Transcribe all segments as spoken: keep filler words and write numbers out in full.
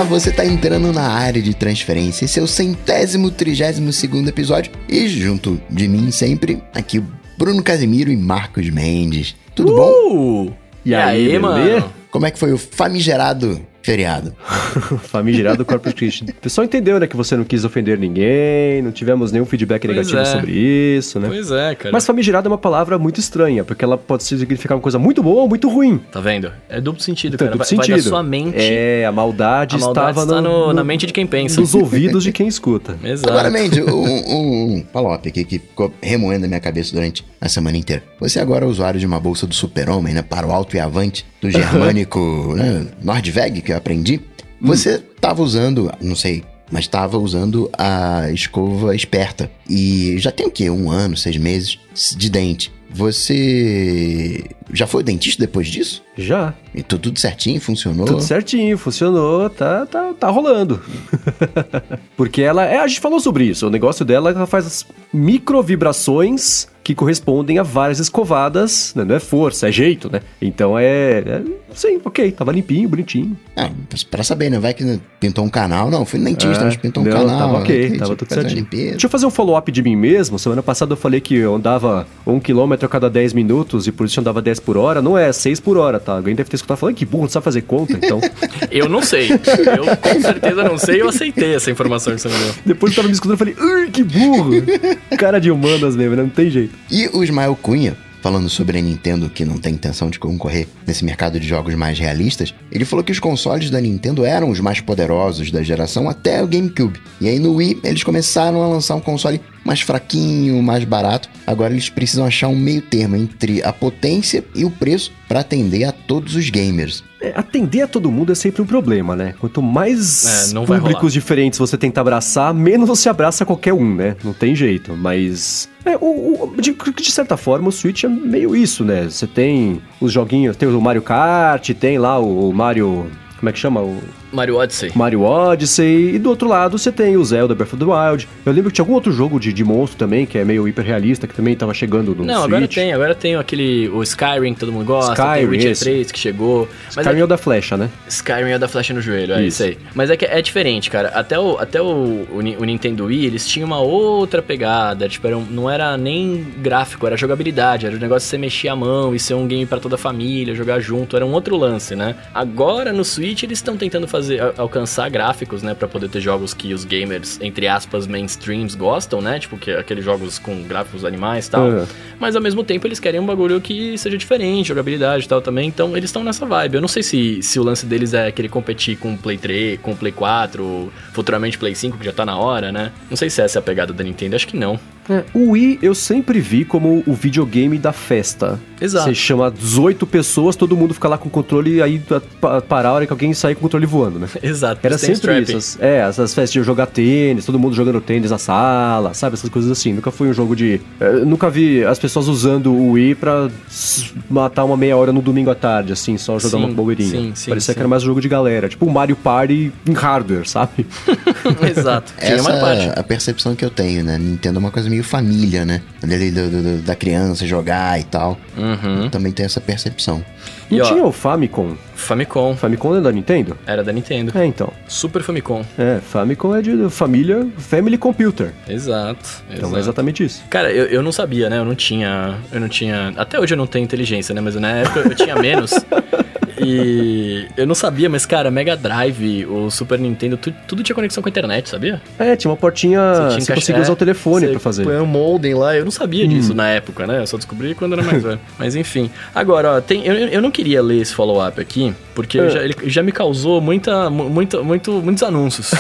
você tá entrando na área de transferência. Esse é o centésimo, trigésimo segundo episódio. E junto de mim sempre, aqui Bruno Casimiro e Marcos Mendes. Tudo uh! bom? E aí, aí mano? Como é que foi o famigerado feriado? Famigerado Corpus Christi. O pessoal entendeu, né, que você não quis ofender ninguém, não tivemos nenhum feedback pois negativo é. sobre isso, né? Pois é, cara. Mas famigerado é uma palavra muito estranha, porque ela pode significar uma coisa muito boa ou muito ruim. Tá vendo? É duplo sentido, então, cara. Duplo vai, sentido. vai da sua mente. É, a maldade, a maldade estava está no, no, no, na mente de quem pensa. Nos ouvidos de quem escuta. Exato. Agora, Mendes, um, um, um follow-up aqui que ficou remoendo a minha cabeça durante a semana inteira. Você agora é usuário de uma bolsa do Super-Homem, né? Para o alto e avante do germânico né, Nordveg, que eu aprendi. Você tava usando, não sei, mas tava usando a escova esperta. E já tem o quê? Um ano, seis meses de dente. Você já foi dentista depois disso? Já. E tudo, tudo certinho, funcionou? Tudo certinho, funcionou, tá, tá, tá rolando. Porque ela, é, a gente falou sobre isso, o negócio dela, ela faz as microvibrações que correspondem a várias escovadas, né? Não é força, é jeito, né? Então é, é sim, ok, tava limpinho, bonitinho. Ah, pra saber, né? Vai que pintou um canal. Não, fui no dentista, é, mas pintou um não, canal. Tava ok, aqui, tava tudo certinho. Deixa eu fazer um follow-up de mim mesmo. Semana passada eu falei que eu andava um quilômetro a cada dez minutos e por isso eu andava dez por hora. Não é, seis por hora, tá? Alguém deve ter escutado falando que burro, não sabe fazer conta, então. Eu não sei. Eu com certeza não sei, eu aceitei essa informação que você me deu. Depois eu tava me escutando e falei, ai, que burro. Cara de humanas mesmo, né? Não tem jeito. E o Ismael Cunha, falando sobre a Nintendo que não tem intenção de concorrer nesse mercado de jogos mais realistas, ele falou que os consoles da Nintendo eram os mais poderosos da geração até o GameCube. E aí no Wii eles começaram a lançar um console mais fraquinho, mais barato. Agora eles precisam achar um meio termo entre a potência e o preço para atender a todos os gamers. É, atender a todo mundo é sempre um problema, né? Quanto mais é, públicos diferentes você tenta abraçar, menos você abraça qualquer um, né? Não tem jeito, mas... É, o, o, de, de certa forma, o Switch é meio isso, né? Você tem os joguinhos, tem o Mario Kart, tem lá o, o Mario... Como é que chama? O... Mario Odyssey. Mario Odyssey. E do outro lado você tem o Zelda Breath of the Wild. Eu lembro que tinha algum outro jogo de, de monstro também, que é meio hiperrealista, que também tava chegando no Não, Switch. agora tem. Agora tem aquele... O Skyrim, que todo mundo gosta. Skyrim, tem o Witcher esse. três, que chegou. Mas Skyrim é é o da flecha, né? Skyrim é o da flecha no joelho, é isso, isso aí. Mas é que é diferente, cara. Até o, até o, o, o Nintendo Wii, eles tinham uma outra pegada. Tipo, era um, não era nem gráfico, era jogabilidade. Era o negócio de você mexer a mão e ser um game pra toda a família, jogar junto. Era um outro lance, né? Agora, no Switch, eles estão tentando fazer, alcançar gráficos, né, pra poder ter jogos que os gamers, entre aspas, mainstreams gostam, né, tipo, que, aqueles jogos com gráficos animais e tal, uhum. Mas ao mesmo tempo eles querem um bagulho que seja diferente, jogabilidade e tal também, então eles estão nessa vibe. Eu não sei se, se o lance deles é querer competir com o Play três, com o Play quatro, futuramente Play cinco, que já tá na hora, né, não sei se essa é a pegada da Nintendo, acho que não. É, o Wii eu sempre vi como o videogame da festa. Exato. Você chama dezoito pessoas, todo mundo fica lá com o controle e aí para a hora que alguém sair com o controle voando, né? Exato. Era sempre isso. As, é, essas festas de jogar tênis, todo mundo jogando tênis na sala, sabe? Essas coisas assim. Nunca foi um jogo de... Eu nunca vi as pessoas usando o Wii pra matar uma meia hora no domingo à tarde, assim, só jogar sim, uma bobeirinha. Sim, sim, Parecia sim. que era mais um jogo de galera. Tipo o Mario Party em hardware, sabe? Exato. Essa é a percepção que eu tenho, né? Nintendo é uma coisa meio família, né? Do, do, do, da criança jogar e tal. Uhum. Eu também tenho essa percepção. Não e, ó, tinha o Famicom? Famicom. Famicom é da Nintendo? Era da Nintendo. É, então. Super Famicom. É, Famicom é de família Family Computer. Exato. Então exato. é exatamente isso. Cara, eu, eu não sabia, né? Eu não tinha... Eu não tinha... Até hoje eu não tenho inteligência, né? Mas na época eu tinha menos... E eu não sabia, mas cara, Mega Drive, o Super Nintendo, tu, tudo tinha conexão com a internet, sabia? É, tinha uma portinha, você, você conseguia usar o telefone pra fazer. Põe um modem lá, eu não sabia hum. disso na época, né? Eu só descobri quando era mais velho. Mas enfim. Agora, ó, tem, eu, eu não queria ler esse follow-up aqui, porque é. já, ele já me causou muita, muita, muito, muitos anúncios.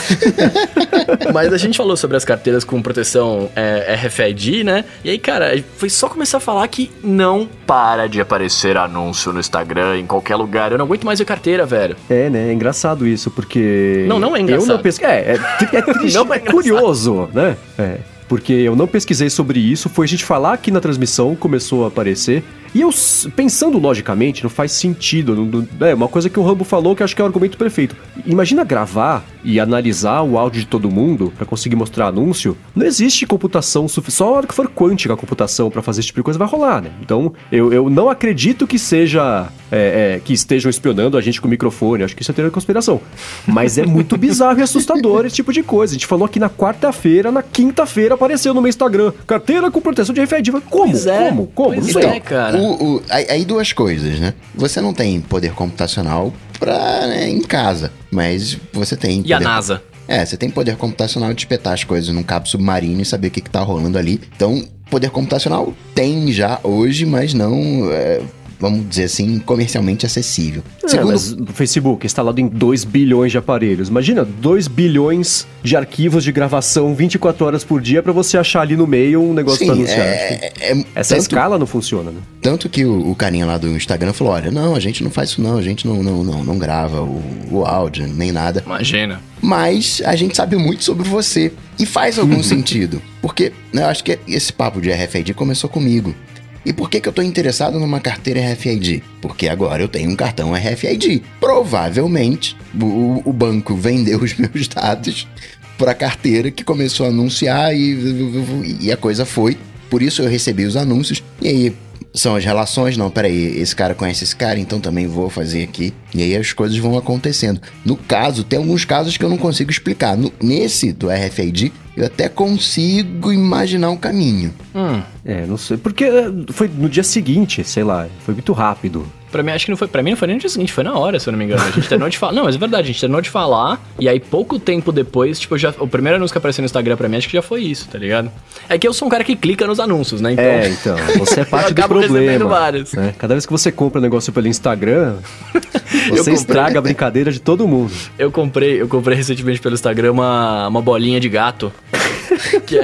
Mas a gente falou sobre as carteiras com proteção é, R F I D, né? E aí, cara, foi só começar a falar que não para de aparecer anúncio no Instagram, em qualquer lugar. Eu não aguento mais ver carteira, velho. É, né? É engraçado isso, porque... Não, não é engraçado. Eu não pesquei... É, é, é, triste, não é curioso, né? É, porque eu não pesquisei sobre isso, foi a gente falar aqui na transmissão, começou a aparecer... E eu, pensando logicamente, não faz sentido. Não, não, é uma coisa que o Rambo falou que eu acho que é o argumento perfeito. Imagina gravar e analisar o áudio de todo mundo pra conseguir mostrar anúncio. Não existe computação suficiente. Só a hora que for quântica a computação pra fazer esse tipo de coisa vai rolar, né? Então, eu, eu não acredito que seja é, é, que estejam espionando a gente com o microfone. Acho que isso é teoria da conspiração. Mas é muito bizarro e assustador esse tipo de coisa. A gente falou aqui na quarta-feira, na quinta-feira apareceu no meu Instagram. Carteira com proteção de R F I D. Como? Pois é. Como? Como? Pois Não sei. é, cara. O, o, aí, aí duas coisas, né? Você não tem poder computacional pra, né, em casa, mas você tem... E a poder... NASA? É, você tem poder computacional de espetar as coisas num cabo submarino e saber o que, que tá rolando ali. Então, poder computacional tem já hoje, mas não, é, vamos dizer assim, comercialmente acessível. É, Segundo... mas o Facebook é instalado em dois bilhões de aparelhos. Imagina, dois bilhões de arquivos de gravação vinte e quatro horas por dia pra você achar ali no meio um negócio Sim, pra anunciar. é, é, Essa tanto, escala não funciona, né? Tanto que o, o carinha lá do Instagram falou, olha, não, a gente não faz isso não, a gente não, não, não, não grava o, o áudio, nem nada. Imagina. Mas a gente sabe muito sobre você. E faz algum sentido. Porque né, eu acho que esse papo de R F I D começou comigo. E por que, que eu tô interessado numa carteira R F I D? Porque agora eu tenho um cartão R F I D. Provavelmente o, o banco vendeu os meus dados para a carteira que começou a anunciar e, e a coisa foi. Por isso eu recebi os anúncios. E aí são as relações. Não, peraí, esse cara conhece esse cara, então também vou fazer aqui. E aí as coisas vão acontecendo. No caso, tem alguns casos que eu não consigo explicar. No, nesse do R F I D, eu até consigo imaginar um caminho. Hum. É, não sei. Porque foi no dia seguinte, sei lá, foi muito rápido. Pra mim, acho que não foi. Pra mim não foi nem no dia seguinte, foi na hora, se eu não me engano. A gente terminou de falar. Não, mas é verdade, a gente terminou de falar. E aí, pouco tempo depois, tipo, já, o primeiro anúncio que apareceu no Instagram pra mim, acho que já foi isso, tá ligado? É que eu sou um cara que clica nos anúncios, né? Então, é, então, você é parte do problema. Vários. Né? Cada vez que você compra um negócio pelo Instagram, você estraga a brincadeira de todo mundo. Eu comprei, eu comprei recentemente pelo Instagram uma, uma bolinha de gato. Que é.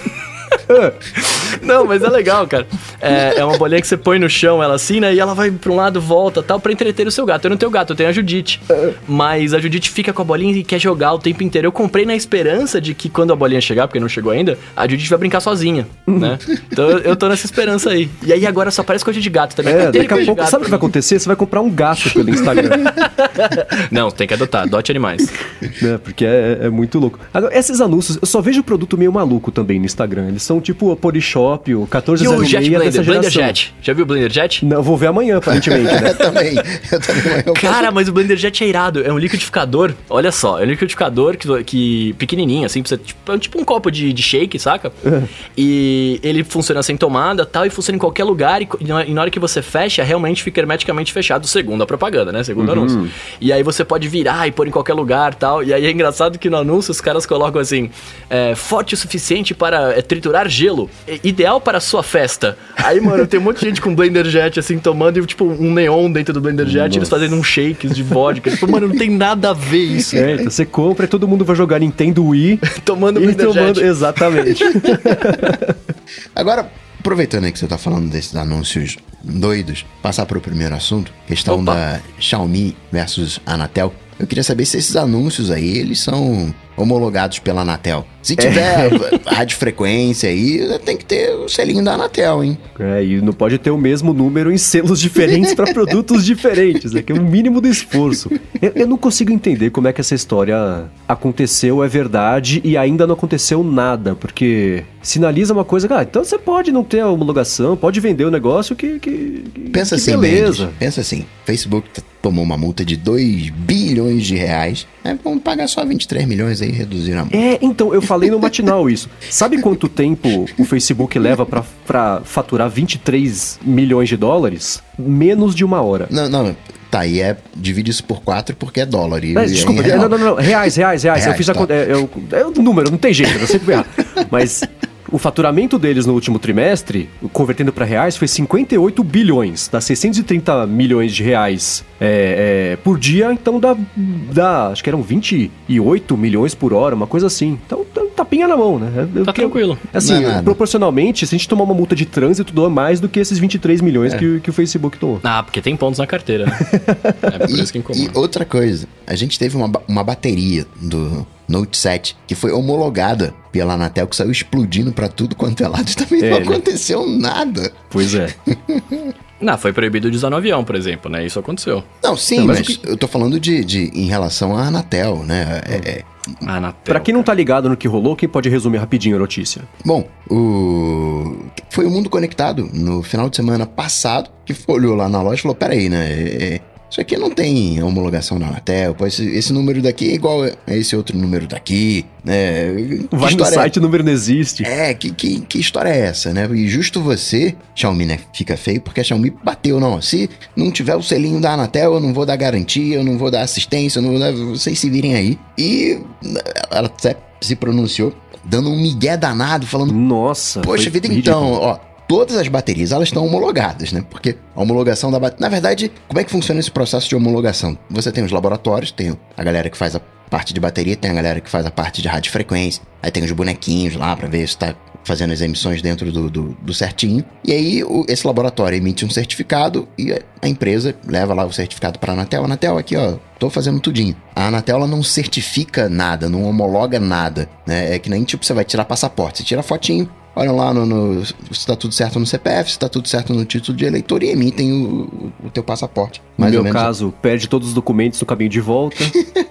Não, mas é legal, cara. É, é uma bolinha que você põe no chão, ela assim, né? E ela vai pra um lado, volta, tal, pra entreter o seu gato. Eu não tenho gato, eu tenho a Judite. Mas a Judite fica com a bolinha e quer jogar o tempo inteiro. Eu comprei na esperança de que quando a bolinha chegar, porque não chegou ainda, a Judite vai brincar sozinha, né? Então eu, eu tô nessa esperança aí. E aí agora só parece coisa de gato também. É, daqui a pouco, sabe o que vai acontecer? Você vai comprar um gato pelo Instagram. Não, tem que adotar, adote animais. É, porque é, é muito louco. Agora, esses anúncios, eu só vejo produto meio maluco também no Instagram. Eles são tipo o Polishop, o quatorze zero seis e o Jet dessa Blender, geração. Blender Jet. Já viu o Blender Jet? Não, eu vou ver amanhã, aparentemente, né? eu também. Eu também eu Cara, posso... mas o Blender Jet é irado. É um liquidificador, olha só, é um liquidificador que, que pequenininho, assim, precisa, tipo, é tipo um copo de, de shake, saca? Uhum. E ele funciona sem tomada, tal, e funciona em qualquer lugar. E, e na hora que você fecha, realmente fica hermeticamente fechado, segundo a propaganda, né? Segundo o uhum. anúncio. E aí você pode virar e pôr em qualquer lugar, tal. E aí é engraçado que no anúncio os caras colocam assim, é, forte o suficiente para é, triturar gelo, é, ideal para a sua festa. Aí, mano, tem um monte de gente com Blender Jet, assim, tomando, tipo, um neon dentro do Blender Jet, Nossa. Eles fazendo uns shakes de vodka. Tipo, mano, não tem nada a ver isso. É, então você compra e todo mundo vai jogar Nintendo Wii. tomando e Blender tomando... Jet. Exatamente. Agora, aproveitando aí que você tá falando desses anúncios doidos, passar pro primeiro assunto, questão Opa. da Xiaomi versus Anatel. Eu queria saber se esses anúncios aí, eles são homologados pela Anatel. Se tiver é. radiofrequência aí, tem que ter o selinho da Anatel, hein? É, e não pode ter o mesmo número em selos diferentes para produtos diferentes, é que é o mínimo do esforço. Eu, eu não consigo entender como é que essa história aconteceu, é verdade, e ainda não aconteceu nada, porque sinaliza uma coisa, ah, então você pode não ter a homologação, pode vender o negócio que, que, que Pensa que assim, beleza. Mendes, pensa assim, Facebook tomou uma multa de dois bilhões de reais, é, vamos pagar só vinte e três milhões aí e reduzir a multa. É, então, eu falei no matinal isso. Sabe quanto tempo o Facebook leva pra, pra faturar vinte e três milhões de dólares? Menos de uma hora. Não, não, tá, e é, divide isso por quatro porque é dólar. E, Mas, desculpa, é não, não, não, reais, reais, reais. reais eu fiz tá. a conta, é, é, é o número, não tem jeito, eu sempre vou errar. Mas... O faturamento deles no último trimestre, convertendo para reais, foi cinquenta e oito bilhões. Dá seiscentos e trinta milhões de reais é, é, por dia, então dá, dá, acho que eram vinte e oito milhões por hora, uma coisa assim. Então, tapinha na mão, né? Eu, tá tranquilo. Assim, é proporcionalmente, se a gente tomar uma multa de trânsito, doa mais do que esses vinte e três milhões é. que, que o Facebook tomou. Ah, porque tem pontos na carteira, né? É por e, isso que incomoda. E outra coisa, a gente teve uma, uma bateria do... Note sete, que foi homologada pela Anatel, que saiu explodindo pra tudo quanto é lado e também é, não né? aconteceu nada. Pois é. Não, foi proibido de usar no avião, por exemplo, né? Isso aconteceu. Não, sim, não, mas, mas que... eu tô falando de, de em relação à Anatel, né? É, é... Anatel, pra quem não tá ligado no que rolou, quem pode resumir rapidinho a notícia? Bom, o... foi o Mundo Conectado no final de semana passado, que olhou lá na loja e falou, peraí, né? É... Isso aqui não tem homologação da Anatel, pô, esse, esse número daqui é igual a esse outro número daqui, né? Vai no site, é... o número não existe. É, que, que, que história é essa, né? E justo você, Xiaomi, né? Fica feio porque a Xiaomi bateu, não. Se não tiver o selinho da Anatel, eu não vou dar garantia, eu não vou dar assistência, eu não vou dar... Vocês se virem aí. E ela até se pronunciou, dando um migué danado, falando... Nossa, poxa vida, então, ó... Todas as baterias, elas estão homologadas, né? Porque a homologação da bateria... Na verdade, como é que funciona esse processo de homologação? Você tem os laboratórios, tem a galera que faz a parte de bateria, tem a galera que faz a parte de radiofrequência, aí tem os bonequinhos lá pra ver se tá fazendo as emissões dentro do, do, do certinho. E aí, o, esse laboratório emite um certificado e a empresa leva lá o certificado pra Anatel. Anatel, aqui, ó, tô fazendo tudinho. A Anatel, ela não certifica nada, não homologa nada, né? É que nem, tipo, você vai tirar passaporte. Você tira a fotinho, olham lá no, no, se tá tudo certo no C P F, se tá tudo certo no título de eleitor e emitem o, o teu passaporte. Mais no meu caso, perde todos os documentos no caminho de volta,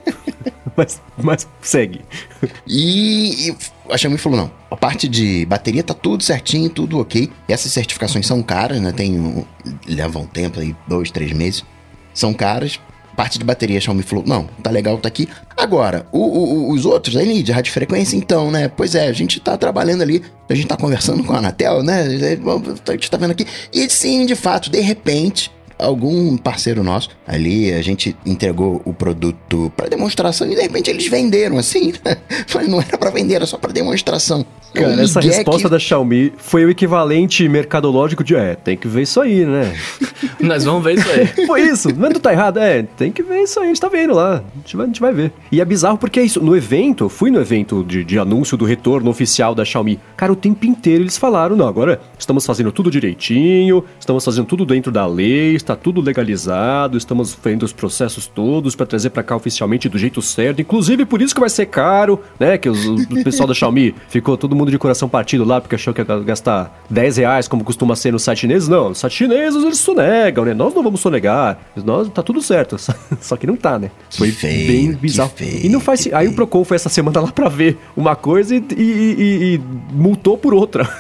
mas, mas segue. E, e a Xiaomi falou, não, a parte de bateria tá tudo certinho, tudo ok. E essas certificações são caras, né, tem um, levam um tempo aí, dois, três meses, são caras. Parte de bateria, a Xiaomi falou, não, tá legal, tá aqui. Agora, o, o, os outros aí de radiofrequência, então, né? Pois é, a gente tá trabalhando ali, a gente tá conversando com a Anatel, né? A gente tá vendo aqui. E sim, de fato, de repente, algum parceiro nosso ali, a gente entregou o produto pra demonstração e de repente eles venderam, assim, né? Falei, não era pra vender, era só pra demonstração. Cara, um essa resposta que... da Xiaomi foi o equivalente mercadológico de, é, tem que ver isso aí, né? Nós vamos ver isso aí. Foi isso, não tá errado? É, tem que ver isso aí, a gente tá vendo lá, a gente vai, a gente vai ver. E é bizarro porque é isso, no evento, eu fui no evento de, de anúncio do retorno oficial da Xiaomi, cara, o tempo inteiro eles falaram, não, agora estamos fazendo tudo direitinho, estamos fazendo tudo dentro da lei, está tudo legalizado, estamos fazendo os processos todos pra trazer pra cá oficialmente do jeito certo, inclusive por isso que vai ser caro, né, que os, o pessoal da Xiaomi ficou todo mundo de coração partido lá, porque achou que ia gastar dez reais, como costuma ser nos sites chineses. Não, os sites chineses, eles sonegam, né? Nós não vamos sonegar. Nós, tá tudo certo. Só que não tá, né? Foi feio, bem bizarro. Feio, e não faz... Aí feio. O Procon foi essa semana lá pra ver uma coisa e, e, e, e multou por outra.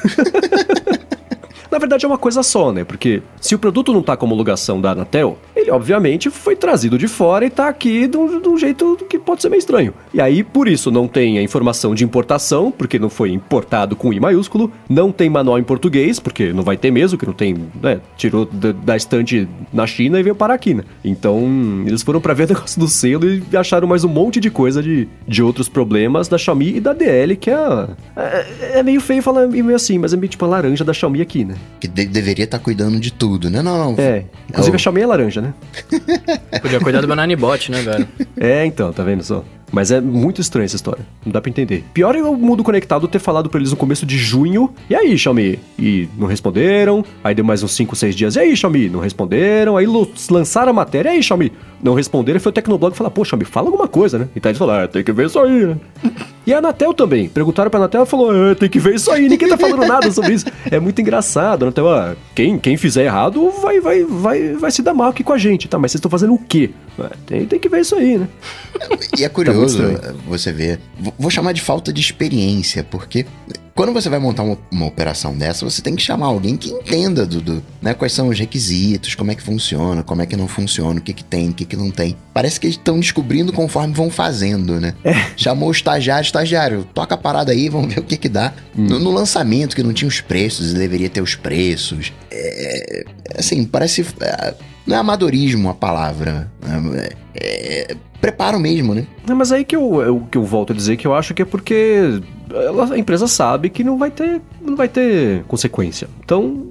Na verdade é uma coisa só, né? Porque se o produto não tá com homologação da Anatel, ele obviamente foi trazido de fora e tá aqui de um, de um jeito que pode ser meio estranho. E aí, por isso, não tem a informação de importação, porque não foi importado com I maiúsculo, não tem manual em português, porque não vai ter mesmo, que não tem, né? Tirou da, da estante na China e veio parar aqui, né? Então, eles foram pra ver o negócio do selo e acharam mais um monte de coisa de, de outros problemas da Xiaomi e da D L, que é, é, é meio feio falar meio assim, mas é meio tipo a laranja da Xiaomi aqui, né? Que de- deveria estar tá cuidando de tudo, né? Não, não. É, inclusive é o... a Xiaomi é laranja, né? Podia cuidar do Bananibot, né, velho? É, então, tá vendo só? Mas é muito estranha essa história, não dá pra entender. Pior é o Mundo Conectado ter falado pra eles no começo de junho, e aí, Xiaomi? E não responderam, aí deu mais uns cinco, seis dias, e aí, Xiaomi? Não responderam, aí lançaram a matéria, e aí, Xiaomi? Não responderam, e foi o Tecnoblog falar, pô, Xiaomi, fala alguma coisa, né? Então eles falaram, ah, tem que ver isso aí, né? E a Anatel também, perguntaram pra Anatel, ela falou, ah, tem que ver isso aí, ninguém tá falando nada sobre isso. É muito engraçado, a Anatel, ah, quem, quem fizer errado vai, vai, vai, vai se dar mal aqui com a gente, tá? Mas vocês estão fazendo o quê? Ah, tem, tem que ver isso aí, né? E é curioso tá você ver, vou chamar de falta de experiência, porque quando você vai montar uma, uma operação dessa, você tem que chamar alguém que entenda do, do, né, quais são os requisitos, como é que funciona, como é que não funciona, o que que tem, o que que não tem. Parece que eles estão descobrindo conforme vão fazendo, né? É. Chamou o estagiário, estagiário, toca a parada aí, vamos ver o que que dá. Hum. No, no lançamento, que não tinha os preços, deveria ter os preços. É, assim, parece... É, não é amadorismo a palavra, é, é preparo mesmo, né? Não, mas aí que eu, eu, que eu volto a dizer que eu acho que é porque ela, a empresa sabe que não vai ter, não vai ter consequência. Então,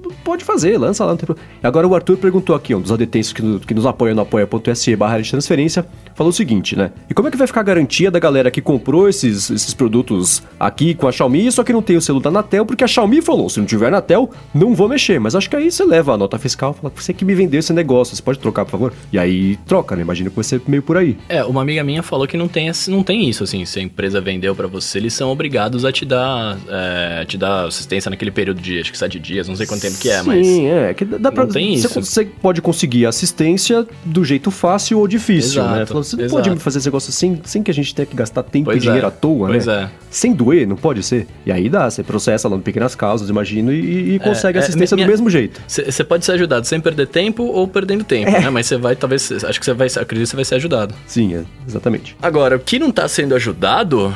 pode fazer, lança lá. Não tem problema. Agora o Arthur perguntou aqui, um dos adetensos que, no, que nos apoia no apoia.se barra de transferência, falou o seguinte, né? E como é que vai ficar a garantia da galera que comprou esses, esses produtos aqui com a Xiaomi, só que não tem o selo da Anatel, porque a Xiaomi falou, se não tiver Anatel, não vou mexer. Mas acho que aí você leva a nota fiscal e fala, você que me vendeu esse negócio, você pode trocar, por favor? E aí troca, né? Imagina que vai ser meio por aí. É, uma amiga minha falou que não tem, não tem isso, assim, se a empresa vendeu pra você, eles são obrigados a te dar, é, te dar assistência naquele período de, acho que sete dias, não sei quanto tempo que é, Sim, mas... Sim, é, que dá pra... Não tem isso. Você, você pode conseguir assistência do jeito fácil ou difícil, exato, né? Falando, você exato. pode fazer esse negócio sem, sem que a gente tenha que gastar tempo pois e dinheiro é, à toa, pois né? É. Sem doer, não pode ser. E aí dá, você processa lá no Pequenas Causas, imagino, e, e consegue é, assistência minha, do mesmo jeito. Você pode ser ajudado sem perder tempo ou perdendo tempo, é. né? Mas você vai, talvez, acho que você vai, acredito que você vai ser ajudado. Sim, é, exatamente. Agora, o que não tá sendo ajudado...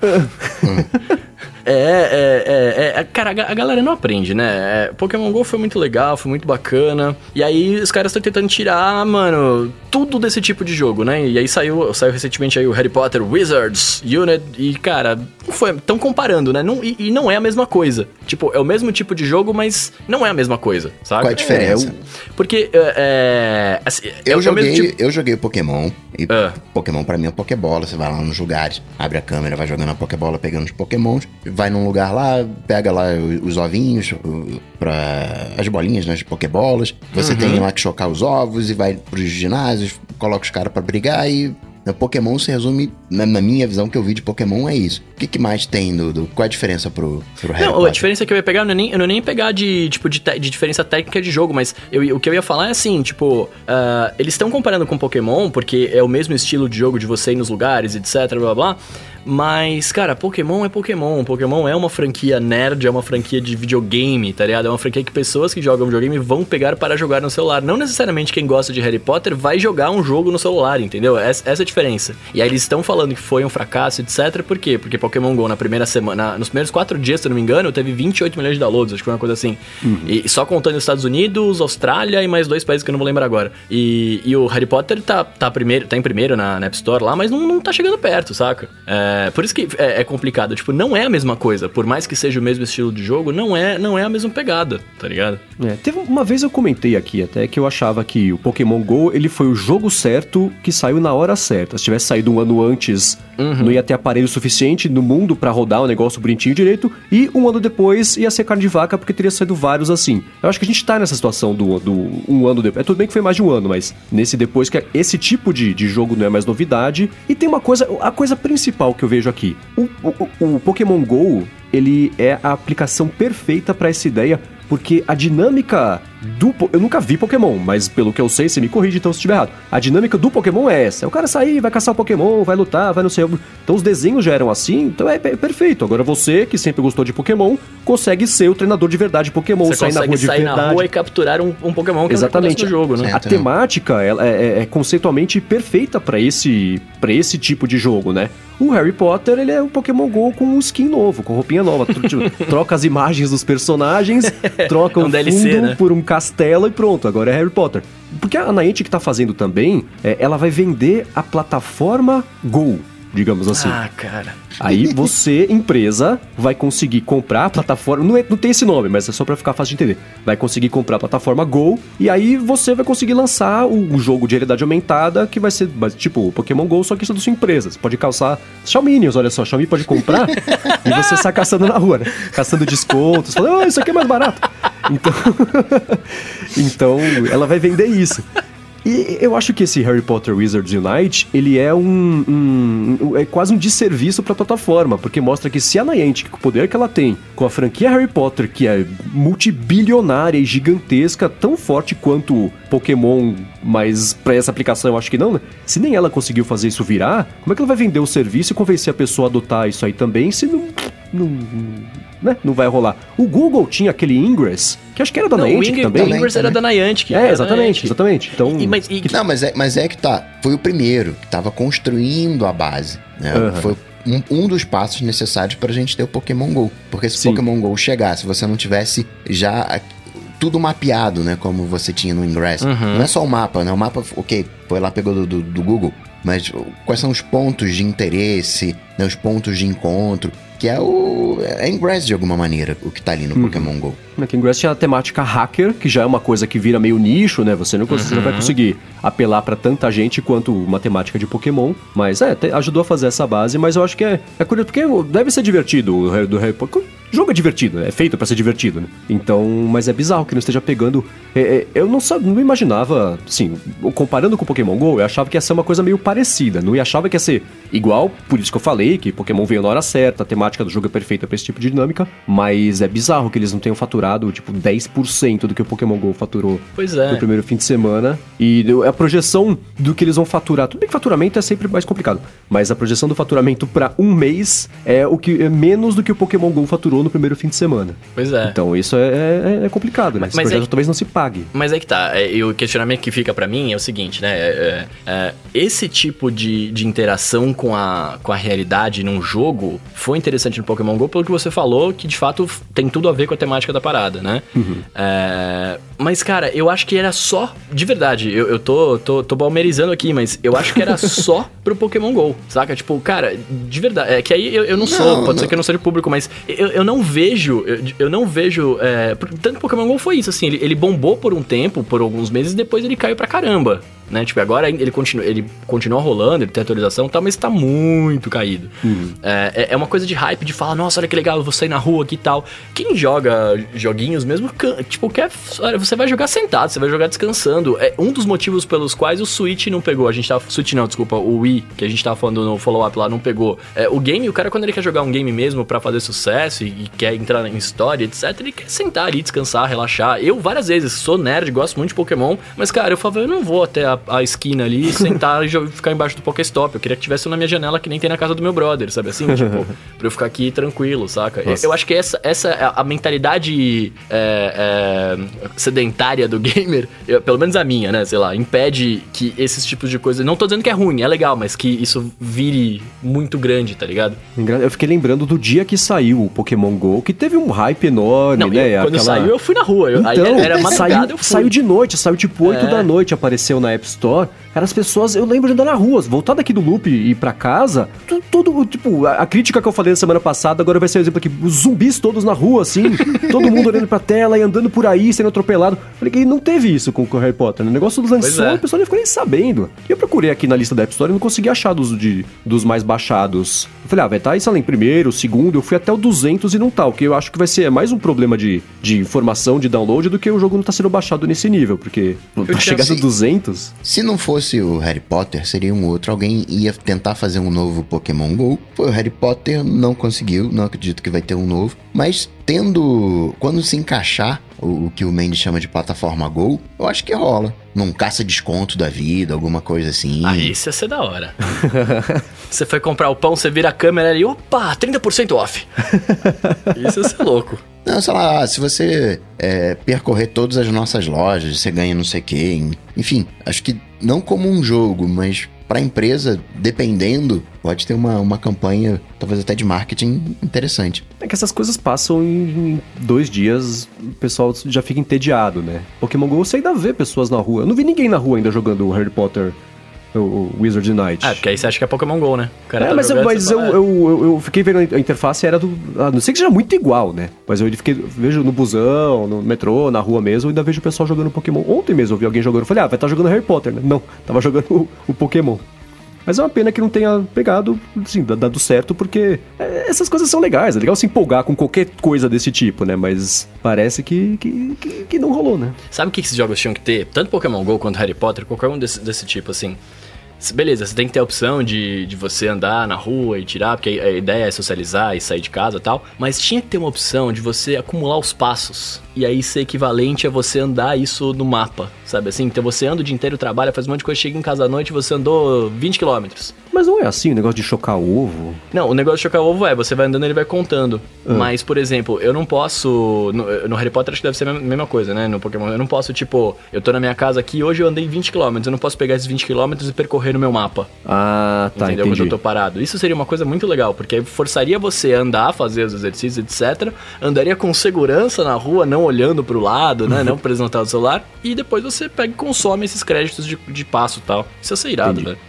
É, é, é, é, cara, a galera não aprende, né? É, Pokémon GO foi muito legal, foi muito bacana. E aí os caras estão tentando tirar, mano, tudo desse tipo de jogo, né? E aí saiu, saiu recentemente aí o Harry Potter Wizards Unit. E, cara, não foi. Estão comparando, né? Não, e, e não é a mesma coisa. Tipo, é o mesmo tipo de jogo, mas não é a mesma coisa, sabe? Qual a diferença? É, porque, é, assim, eu, é joguei, tipo... eu joguei Pokémon. E ah. Pokémon pra mim é Pokébola. Você vai lá nos lugares, abre a câmera, vai jogando a Pokébola, pegando os Pokémons. Vai num lugar lá, pega lá os ovinhos, pra, as bolinhas, né, as Pokébolas. Você uhum. tem lá que chocar os ovos e vai pros ginásios, coloca os caras pra brigar e... Pokémon se resume, na, na minha visão que eu vi de Pokémon, é isso. O que, que mais tem do, do... Qual é a diferença pro, pro Harry não, Potter? A diferença que eu ia pegar, eu não ia nem, eu não ia nem pegar de, tipo, de, te, de diferença técnica de jogo, mas eu, o que eu ia falar é assim, tipo... Uh, eles estão comparando com Pokémon, porque é o mesmo estilo de jogo de você ir nos lugares, etc, blá, blá, blá. Mas, cara, Pokémon é Pokémon. Pokémon é uma franquia nerd, é uma franquia de videogame, tá ligado? É uma franquia que pessoas que jogam videogame vão pegar para jogar no celular. Não necessariamente quem gosta de Harry Potter vai jogar um jogo no celular, entendeu? Essa, essa é a diferença. E aí eles estão falando que foi um fracasso, etc. Por quê? Porque Pokémon GO na primeira semana, nos primeiros quatro dias, se eu não me engano, teve vinte e oito milhões de downloads, acho que foi uma coisa assim. Uhum. E só contando os Estados Unidos, Austrália e mais dois países que eu não vou lembrar agora. E, e o Harry Potter tá, tá, primeiro, tá em primeiro na, na App Store lá, mas não, não tá chegando perto, saca? É... É, por isso que é, é complicado, tipo, não é a mesma coisa, por mais que seja o mesmo estilo de jogo, não é, não é a mesma pegada, tá ligado? É, teve uma vez eu comentei aqui até que eu achava que o Pokémon GO, ele foi o jogo certo que saiu na hora certa. Se tivesse saído um ano antes, uhum. não ia ter aparelho suficiente no mundo pra rodar o negócio bonitinho direito, e um ano depois ia ser carne de vaca porque teria saído vários assim. Eu acho que a gente tá nessa situação do, do um ano depois. É tudo bem que foi mais de um ano, mas nesse depois que esse tipo de, de jogo não é mais novidade. E tem uma coisa, a coisa principal que eu vejo aqui. O, o, o Pokémon GO, ele é a aplicação perfeita para essa ideia, porque a dinâmica do... Eu nunca vi Pokémon, mas pelo que eu sei, você me corrige então se estiver errado. A dinâmica do Pokémon é essa. É o cara sair, vai caçar o Pokémon, vai lutar, vai não sei... Então os desenhos já eram assim, então é, é perfeito. Agora você, que sempre gostou de Pokémon, consegue ser o treinador de verdade de Pokémon, você sair na rua de sair verdade. na rua e capturar um, um Pokémon que exatamente no jogo, né? A temática ela é, é conceitualmente perfeita para esse, pra esse tipo de jogo, né? O Harry Potter, ele é o Pokémon GO com um skin novo, com roupinha nova. Troca as imagens dos personagens, troca é um o D L C, fundo né? por um castelo e pronto, agora é Harry Potter. Porque a Niantic tá fazendo também, é, ela vai vender a plataforma Go, digamos assim. Ah, cara. Aí você, empresa, vai conseguir comprar a plataforma... Não, é, não tem esse nome, mas é só pra ficar fácil de entender. Vai conseguir comprar a plataforma Go, e aí você vai conseguir lançar um jogo de realidade aumentada que vai ser tipo o Pokémon GO, só que isso é da sua empresa. Você pode calçar Xiaominions, olha só. Xiaomi pode comprar e você sai caçando na rua, né? Caçando descontos, falando, oh, isso aqui é mais barato. Então, então ela vai vender isso. E eu acho que esse Harry Potter Wizards Unite, ele é um, um, um é quase um desserviço pra plataforma, porque mostra que se a Niantic, com o poder que ela tem, com a franquia Harry Potter, que é multibilionária e gigantesca, tão forte quanto Pokémon, mas pra essa aplicação eu acho que não, né? Se nem ela conseguiu fazer isso virar, como é que ela vai vender o serviço e convencer a pessoa a adotar isso aí também, se não... não né? Não vai rolar. O Google tinha aquele Ingress, que acho que era da não, Niantic Ingr- também. O Ingress era da Niantic. É, exatamente, Niantic. exatamente. Então, e, mas, e... Não, mas é, mas é que tá. Foi o primeiro que tava construindo a base. Né? Uhum. Foi um, um dos passos necessários pra gente ter o Pokémon GO. Porque se o Pokémon GO chegasse, você não tivesse já... tudo mapeado, né? Como você tinha no Ingress. Uhum. Não é só o mapa, né? O mapa, ok, foi lá, pegou do, do, do Google. mas quais são os pontos de interesse, né, os pontos de encontro, que é o é Ingress de alguma maneira, o que tá ali no uhum. Pokémon GO. Que Ingress tinha a temática hacker, que já é uma coisa que vira meio nicho, né? Você não, uhum. você não vai conseguir apelar pra tanta gente quanto uma temática de Pokémon, mas é, te, ajudou a fazer essa base, mas eu acho que é, é curioso, porque deve ser divertido o do Harry Potter. O jogo é divertido, é feito pra ser divertido, né? Então, mas é bizarro que não esteja pegando... É, é, eu não, não imaginava, assim, comparando com o Pokémon GO, eu achava que ia ser uma coisa meio parecida, não achava que ia ser igual, por isso que eu falei que Pokémon veio na hora certa, a temática do jogo é perfeita pra esse tipo de dinâmica, mas é bizarro que eles não tenham faturado, tipo, dez por cento do que o Pokémon GO faturou pois é. no primeiro fim de semana, e a projeção do que eles vão faturar, tudo bem que faturamento é sempre mais complicado, mas a projeção do faturamento pra um mês é o que é menos do que o Pokémon GO faturou no primeiro fim de semana. Pois é. Então isso é, é, é complicado, né? Mas, Esse mas projeto é que, talvez não se pague. Mas é que tá, é, e o questionamento que fica pra mim é o seguinte, né? É, é, esse tipo de, de interação com a, com a realidade num jogo foi interessante no Pokémon GO pelo que você falou, que de fato tem tudo a ver com a temática da parada, né? Uhum. É, mas, cara, eu acho que era só... De verdade, eu, eu tô, tô, tô balmerizando aqui, mas eu acho que era só pro Pokémon GO, saca? Tipo, cara, de verdade, é que aí eu, eu não sou, não, pode não. ser que eu não seja público, mas eu, eu não vejo, eu, eu não vejo, é, tanto que Pokémon GO foi isso, assim, ele, ele bombou por um tempo, por alguns meses, e depois ele caiu pra caramba, né? Tipo, agora ele continua, ele continua rolando, ele tem atualização e tal, mas tá muito caído. Uhum. É, é uma coisa de hype, de falar, nossa, olha que legal, eu vou sair na rua aqui e tal. Quem joga joguinhos mesmo, tipo, quer, olha, você vai jogar sentado, você vai jogar descansando. É um dos motivos pelos quais o Switch não pegou, a gente tava, Switch não, desculpa, o Wii, que a gente tava falando no follow-up lá, não pegou. É, o game, o cara quando ele quer jogar um game mesmo pra fazer sucesso e, e quer entrar em história, etcétera, ele quer sentar ali, descansar, relaxar. Eu, várias vezes, sou nerd, gosto muito de Pokémon, mas, cara, eu falo, eu não vou até a, a esquina ali, sentar e ficar embaixo do Pokéstop. Eu queria que tivesse um na minha janela que nem tem na casa do meu brother, sabe assim? Tipo, pra eu ficar aqui tranquilo, saca? Eu, eu acho que essa, essa é a mentalidade é, é, sedentária do gamer, eu, pelo menos a minha, né? Sei lá, impede que esses tipos de coisas... Não tô dizendo que é ruim, é legal, mas que isso vire muito grande, tá ligado? Eu fiquei lembrando do dia que saiu o Pokémon GO, que teve um hype enorme, não, né? Eu, quando Aquela... saiu, eu fui na rua. Eu, então, aí era madrugada, saiu, eu fui. Saiu de noite, saiu tipo oito é. da noite, apareceu na App Store. Cara, as pessoas, eu lembro de andar na rua, voltar daqui do loop e ir pra casa, tudo, tudo tipo, a, a crítica que eu falei na semana passada, agora vai ser o um exemplo aqui, os zumbis todos na rua, assim, todo mundo olhando pra tela e andando por aí, sendo atropelado. Falei que não teve isso com o Harry Potter, né? O negócio lançou, é. o pessoal nem ficou nem sabendo. E eu procurei aqui na lista da App Store e não consegui achar dos, de, dos mais baixados. Eu falei, ah, vai estar isso além, primeiro, segundo, eu fui até o duzentos e não tá, o que eu acho que vai ser mais um problema de, de informação, de download, do que o jogo não tá sendo baixado nesse nível, porque pra chegar no duzentos... Se não fosse o Harry Potter, seria um outro, alguém ia tentar fazer um novo Pokémon GO, foi o Harry Potter, não conseguiu, não acredito que vai ter um novo, mas tendo, quando se encaixar o, o que o Mendes chama de plataforma GO, eu acho que rola. Num caça-desconto da vida, alguma coisa assim. Ah, isso ia ser da hora. Você foi comprar o pão, você vira a câmera ali, opa, trinta por cento off. Isso ia ser louco. Não, sei lá, se você é, percorrer todas as nossas lojas, você ganha não sei o quê. Enfim, acho que não como um jogo, mas pra empresa, dependendo, pode ter uma, uma campanha, talvez até de marketing interessante. É que essas coisas passam em dois dias, o pessoal já fica entediado, né? Pokémon GO você ainda vê pessoas na rua. Eu não vi ninguém na rua ainda jogando o Harry Potter, o Wizard Unite. Ah, porque aí você acha que é Pokémon GO, né? O cara é, tá mas, jogando, eu, mas eu, eu, eu, eu fiquei vendo a interface, era do... Ah, não sei que seja muito igual, né? Mas eu fiquei, vejo no busão, no metrô, na rua mesmo, ainda vejo o pessoal jogando Pokémon. Ontem mesmo eu vi alguém jogando, eu falei, ah, vai estar jogando Harry Potter, né? Não, tava jogando o, o Pokémon. Mas é uma pena que não tenha pegado, assim, dado certo, porque essas coisas são legais. É legal se empolgar com qualquer coisa desse tipo, né? Mas parece que, que, que, que não rolou, né? Sabe o que esses jogos tinham que ter? Tanto Pokémon GO quanto Harry Potter, qualquer um desse, desse tipo, assim... Beleza, você tem que ter a opção de, de você andar na rua e tirar, porque a ideia é socializar e sair de casa e tal, mas tinha que ter uma opção de você acumular os passos, e aí ser equivalente a você andar isso no mapa, sabe assim? Então você anda o dia inteiro, trabalha, faz um monte de coisa, chega em casa à noite e você andou vinte quilômetros. Mas não é assim o negócio de chocar ovo? Não, o negócio de chocar ovo é, você vai andando e ele vai contando. Ah. Mas, por exemplo, eu não posso... No, no Harry Potter acho que deve ser a mesma coisa, né? No Pokémon, eu não posso, tipo... Eu tô na minha casa aqui, hoje eu andei vinte quilômetros, eu não posso pegar esses vinte quilômetros e percorrer no meu mapa. Ah, tá, entendeu? entendi. Quando eu tô parado. Isso seria uma coisa muito legal, porque forçaria você a andar, fazer os exercícios, etcétera. Andaria com segurança na rua, não olhando pro lado, né? Não preso no tela do celular. E depois você pega e consome esses créditos de, de passo e tal. Isso ia ser irado, velho.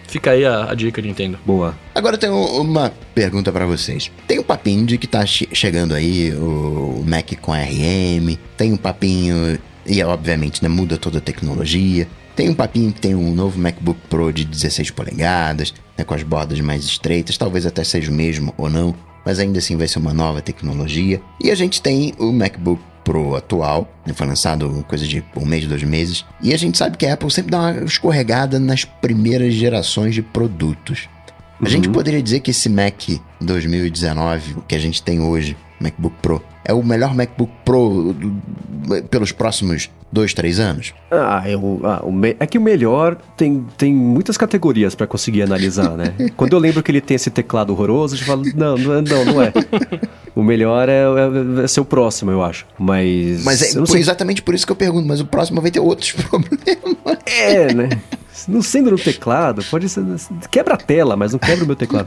fica aí a, a dica, Nintendo. Boa. Agora eu tenho uma pergunta pra vocês. Tem um papinho de que tá che- chegando aí o Mac com R M, tem um papinho, e obviamente, né, muda toda a tecnologia. Tem um papinho que tem um novo MacBook Pro de dezesseis polegadas, né, com as bordas mais estreitas, talvez até seja o mesmo ou não, mas ainda assim vai ser uma nova tecnologia. E a gente tem o MacBook Pro atual, né, foi lançado coisa de um mês, dois meses, e a gente sabe que a Apple sempre dá uma escorregada nas primeiras gerações de produtos. A uhum. gente poderia dizer que esse Mac dois mil e dezenove, que a gente tem hoje, MacBook Pro, é o melhor MacBook Pro pelos próximos dois, três anos? Ah, eu, ah o me, é que o melhor tem, tem muitas categorias pra conseguir analisar, né? Quando eu lembro que ele tem esse teclado horroroso, eu falo, não, não é, não, não é. O melhor é, é, é ser o próximo, eu acho. Mas... Mas é, não foi sei... exatamente por isso que eu pergunto, mas o próximo vai ter outros problemas. É, né? Não sendo no teclado, pode ser... Quebra a tela, mas não quebra o meu teclado.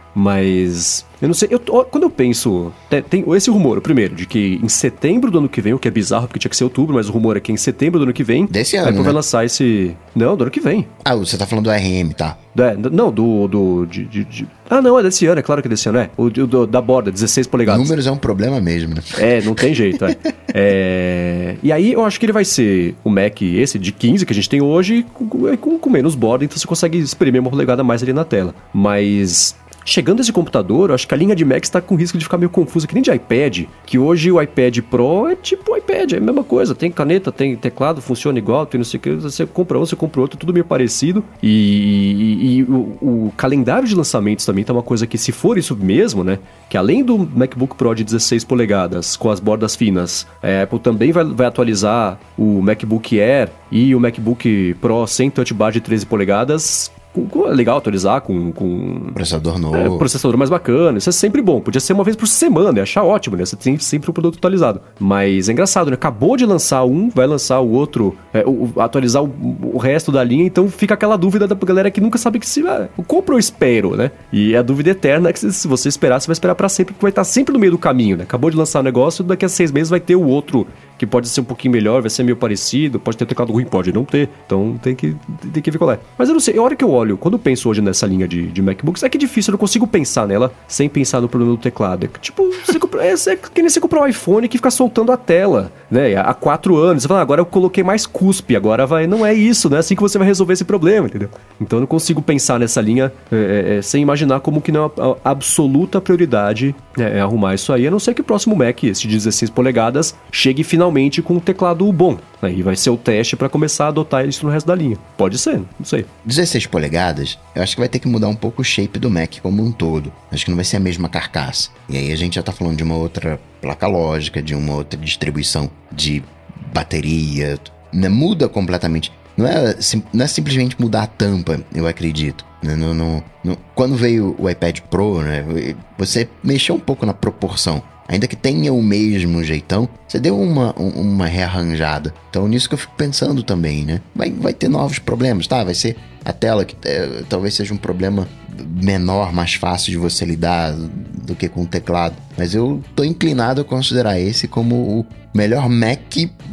Mas... Eu não sei, eu, quando eu penso... Tem, tem esse rumor, o primeiro, de que em setembro do ano que vem, o que é bizarro, porque tinha que ser outubro, mas o rumor é que em setembro do ano que vem... Desse ano, a Apple né? vai lançar esse... Não, do ano que vem. Ah, você tá falando do R M, tá? É, não, do... do de, de, de... Ah, não, é desse ano, é claro que é desse ano, é. O do, da borda, dezesseis polegadas. Números é um problema mesmo, né? É, não tem jeito, é. é. E aí eu acho que ele vai ser o Mac esse de quinze que a gente tem hoje, com, com, com menos borda, então você consegue espremer uma polegada a mais ali na tela. Mas... Chegando esse computador, eu acho que a linha de Macs está com risco de ficar meio confusa, que nem de iPad, que hoje o iPad Pro é tipo o iPad, é a mesma coisa, tem caneta, tem teclado, funciona igual, tem não sei o que, você compra um, você compra outro, tudo meio parecido, e, e, e o, o calendário de lançamentos também tá uma coisa que, se for isso mesmo, né, que além do MacBook Pro de dezesseis polegadas, com as bordas finas, a Apple também vai, vai atualizar o MacBook Air e o MacBook Pro sem Touch Bar de treze polegadas, Com, com, é legal atualizar com... com processador novo. É, processador mais bacana. Isso é sempre bom. Podia ser uma vez por semana, ia achar ótimo, né? Você tem sempre um produto atualizado. Mas é engraçado, né? Acabou de lançar um, vai lançar o outro, é, o, atualizar o, o resto da linha, então fica aquela dúvida da galera que nunca sabe que se... Ah, eu compro ou espero, né? E a dúvida eterna é que se você esperar, você vai esperar pra sempre, porque vai estar sempre no meio do caminho, né? Acabou de lançar o negócio, daqui a seis meses vai ter o outro, que pode ser um pouquinho melhor, vai ser meio parecido, pode ter teclado ruim, pode não ter. Então tem que, tem que ver qual é. Mas eu não sei, a hora que eu olho, quando eu penso hoje nessa linha de, de MacBooks, é que é difícil, eu não consigo pensar nela sem pensar no problema do teclado. É que, tipo, você compra, é, é que nem você comprar um iPhone que fica soltando a tela, né? Há quatro anos, você fala, ah, agora eu coloquei mais cuspe, agora vai... Não é isso, não é assim que você vai resolver esse problema, entendeu? Então eu não consigo pensar nessa linha é, é, sem imaginar como que não é a, a absoluta prioridade é, é arrumar isso aí, a não ser que o próximo Mac, esse de dezesseis polegadas, chegue finalmente com um teclado bom. Aí vai ser o teste para começar a adotar isso no resto da linha. Pode ser, não sei. dezesseis polegadas, eu acho que vai ter que mudar um pouco o shape do Mac como um todo. Acho que não vai ser a mesma carcaça. E aí a gente já tá falando de uma outra placa lógica, de uma outra distribuição de bateria. Né? Muda completamente. Não é, não é simplesmente mudar a tampa, eu acredito. Não, não, não, não. Quando veio o iPad Pro, né, você mexeu um pouco na proporção. Ainda que tenha o mesmo jeitão, você deu uma, uma rearranjada. Então, nisso que eu fico pensando também, né? Vai, vai ter novos problemas, tá? Vai ser a tela que é, talvez seja um problema menor, mais fácil de você lidar do que com o teclado. Mas eu tô inclinado a considerar esse como o melhor Mac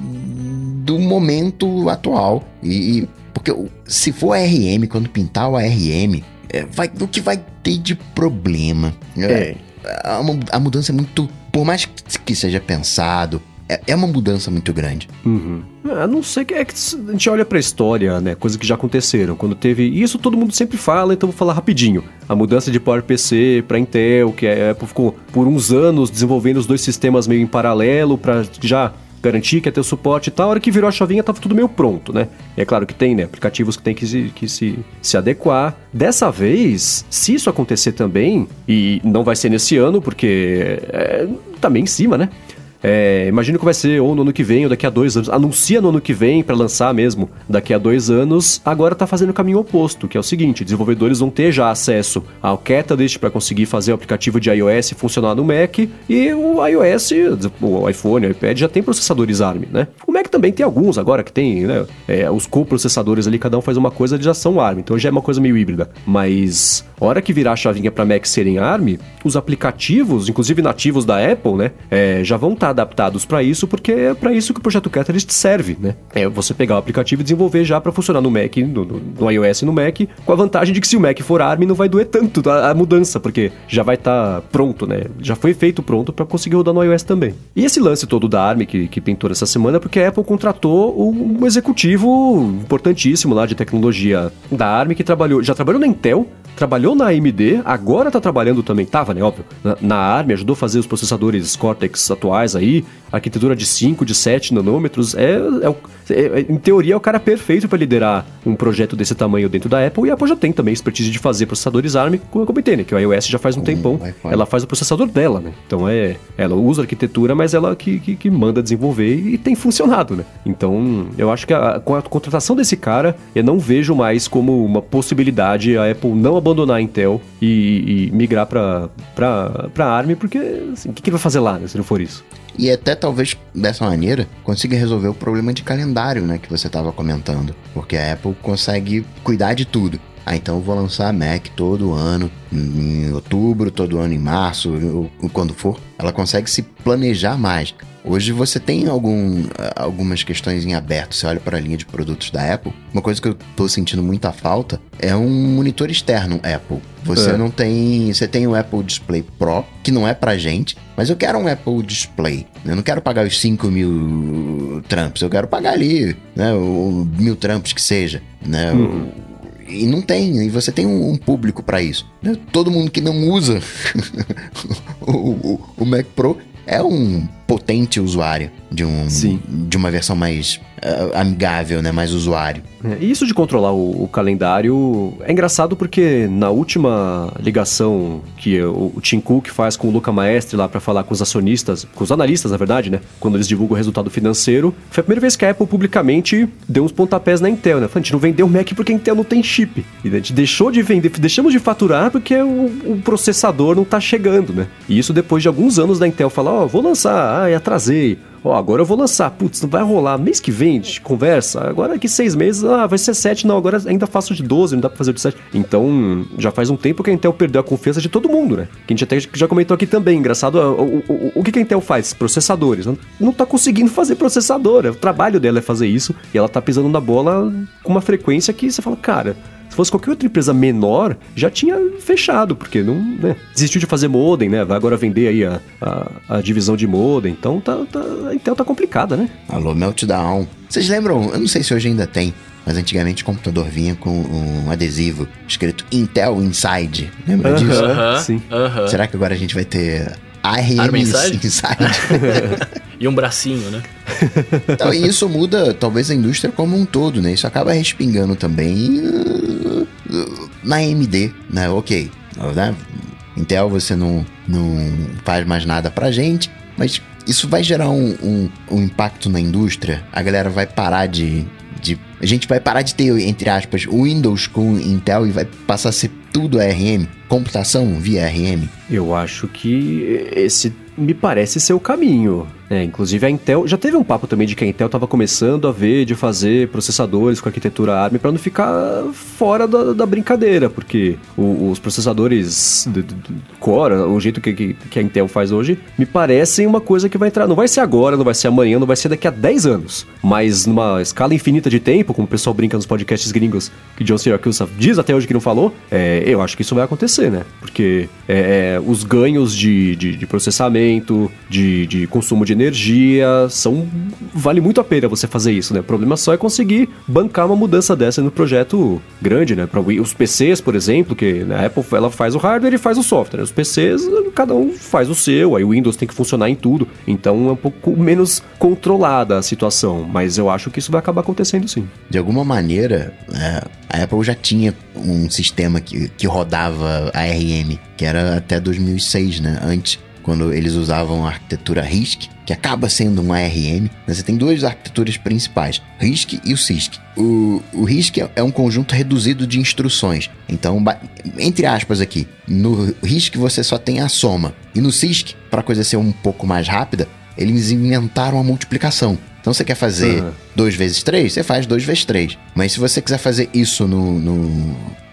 do momento atual. E, e porque se for R M, quando pintar o R M, é, vai, o que vai ter de problema? É. A, a mudança é muito... Por mais que seja pensado, é, é uma mudança muito grande. Uhum. A não ser que, é que a gente olha pra história, né? Coisas que já aconteceram. Quando teve... Isso todo mundo sempre fala, então vou falar rapidinho. A mudança de PowerPC pra Intel, que a Apple ficou por uns anos desenvolvendo os dois sistemas meio em paralelo pra já... garantir que ia ter o suporte e tal, a hora que virou a chavinha tava tudo meio pronto, né? E é claro que tem, né, aplicativos que tem que se, que se, se adequar. Dessa vez, se isso acontecer também, e não vai ser nesse ano, porque é, tá meio em cima, né? É, imagino que vai ser ou no ano que vem ou daqui a dois anos. Anuncia no ano que vem para lançar mesmo daqui a dois anos. Agora tá fazendo o caminho oposto, que é o seguinte: desenvolvedores vão ter já acesso ao Catalyst para conseguir fazer o aplicativo de iOS funcionar no Mac. E o iOS, o iPhone, o iPad já tem processadores ARM, né? O Mac também tem alguns agora que tem, né? É, os coprocessadores ali, cada um faz uma coisa, já são ARM. Então já é uma coisa meio híbrida. Mas A hora que virar a chavinha para Mac serem ARM, os aplicativos, inclusive nativos da Apple, né, é, já vão estar adaptados para isso, porque é para isso que o projeto Catalyst serve, né? É você pegar o aplicativo e desenvolver já para funcionar no Mac, no, no, no iOS e no Mac, com a vantagem de que se o Mac for ARM não vai doer tanto a, a mudança, porque já vai estar tá pronto, né? Já foi feito pronto para conseguir rodar no iOS também. E esse lance todo da ARM que, que pintou essa semana é porque a Apple contratou um executivo importantíssimo lá de tecnologia da ARM que trabalhou, já trabalhou na Intel, trabalhou na A M D, agora tá trabalhando também, tava, né, óbvio, na, na ARM, ajudou a fazer os processadores Cortex atuais aí, arquitetura de cinco, de sete nanômetros, é, é, é, em teoria é o cara perfeito para liderar um projeto desse tamanho dentro da Apple, e a Apple já tem também expertise de fazer processadores ARM como tem, né, que o iOS já faz um com tempão, ela faz o processador dela, né, então é, ela usa a arquitetura, mas ela que, que, que manda desenvolver e tem funcionado, né, então eu acho que a, com a contratação desse cara, eu não vejo mais como uma possibilidade a Apple não abandonar a Intel e, e migrar para para ARM, porque assim, o que, que ele vai fazer lá, né, se não for isso? E até talvez dessa maneira consiga resolver o problema de calendário, né, que você estava comentando, porque a Apple consegue cuidar de tudo. Ah, então eu vou lançar a Mac todo ano, em outubro, todo ano em março, ou, ou quando for. Ela consegue se planejar mais. Hoje você tem algum, algumas questões em aberto. Você olha para a linha de produtos da Apple. Uma coisa que eu tô sentindo muita falta é um monitor externo Apple. Você é. não tem... Você tem o Apple Display Pro, que não é pra gente, mas eu quero um Apple Display. Eu não quero pagar os cinco mil tramps. Eu quero pagar ali, né, o mil tramps que seja, né, uhum. o, E não tem, e você tem um, um público para isso. Né? Todo mundo que não usa o, o, o Mac Pro é um potente usuário de, um, de uma versão mais uh, amigável, né? Mais usuário. É, e isso de controlar o, o calendário é engraçado porque na última ligação que o, o Tim Cook faz com o Luca Maestri lá para falar com os acionistas, com os analistas, na verdade, né? Quando eles divulgam o resultado financeiro, foi a primeira vez que a Apple publicamente deu uns pontapés na Intel, né? Falando, a gente não vendeu o Mac porque a Intel não tem chip. E a gente deixou de vender, deixamos de faturar porque o, o processador não tá chegando, né? E isso depois de alguns anos da Intel falar, ó, oh, vou lançar, ah, atrasei. Ó, oh, agora eu vou lançar. Putz, não vai rolar. Mês que vem, a gente conversa. Agora daqui seis meses, ah, vai ser sete. Não, agora ainda faço de doze, não dá pra fazer de sete. Então, já faz um tempo que a Intel perdeu a confiança de todo mundo, né? Que a gente até já comentou aqui também. Engraçado, o, o, o, o que a Intel faz? Processadores. Não, não tá conseguindo fazer processador. O trabalho dela é fazer isso. E ela tá pisando na bola com uma frequência que você fala, cara... Se fosse qualquer outra empresa menor, já tinha fechado, porque não, né, desistiu de fazer modem, né? Vai agora vender aí a, a, a divisão de modem. Então tá, tá, a Intel tá complicada, né? Alô, Meltdown. Vocês lembram? Eu não sei se hoje ainda tem, mas antigamente o computador vinha com um adesivo escrito Intel Inside. Lembra uh-huh, disso? Uh-huh, Sim. Uh-huh. Será que agora a gente vai ter A R M Inside? Inside? E um bracinho, né? Então, e isso muda talvez a indústria como um todo, né? Isso acaba respingando também uh, uh, na A M D, né? Ok, né? Intel você não, não faz mais nada pra gente, mas isso vai gerar um, um, um impacto na indústria. A galera vai parar de, de... A gente vai parar de ter, entre aspas, o Windows com Intel e vai passar a ser tudo A R M. Computação via A R M. Eu acho que esse me parece ser o caminho. É, inclusive a Intel, já teve um papo também de que a Intel estava começando a ver de fazer processadores com arquitetura ARM para não ficar fora da, da brincadeira, porque o, os processadores de, de, de Core, o jeito que, que, que a Intel faz hoje, me parecem uma coisa que vai entrar, não vai ser agora, não vai ser amanhã, não vai ser daqui a dez anos, mas numa escala infinita de tempo, como o pessoal brinca nos podcasts gringos, que John Siracusa diz até hoje que não falou, é, eu acho que isso vai acontecer, né? Porque é, os ganhos de, de, de processamento, de, de consumo de energia, são... vale muito a pena você fazer isso, né? O problema só é conseguir bancar uma mudança dessa no projeto grande, né? Para os P Cs, por exemplo, que a Apple ela faz o hardware e faz o software. Os P Cs, cada um faz o seu, aí o Windows tem que funcionar em tudo. Então é um pouco menos controlada a situação, mas eu acho que isso vai acabar acontecendo sim. De alguma maneira, é, a Apple já tinha um sistema que, que rodava A R M, que era até dois mil e seis, né? Antes, quando eles usavam a arquitetura RISC, que acaba sendo um A R M. Você tem duas arquiteturas principais, RISC e o CISC. O, o RISC é um conjunto reduzido de instruções. Então, entre aspas aqui, no RISC você só tem a soma. E no CISC, para a coisa ser um pouco mais rápida, eles inventaram a multiplicação. Então, você quer fazer dois vezes três, você faz dois vezes três. Mas se você quiser fazer isso no, no,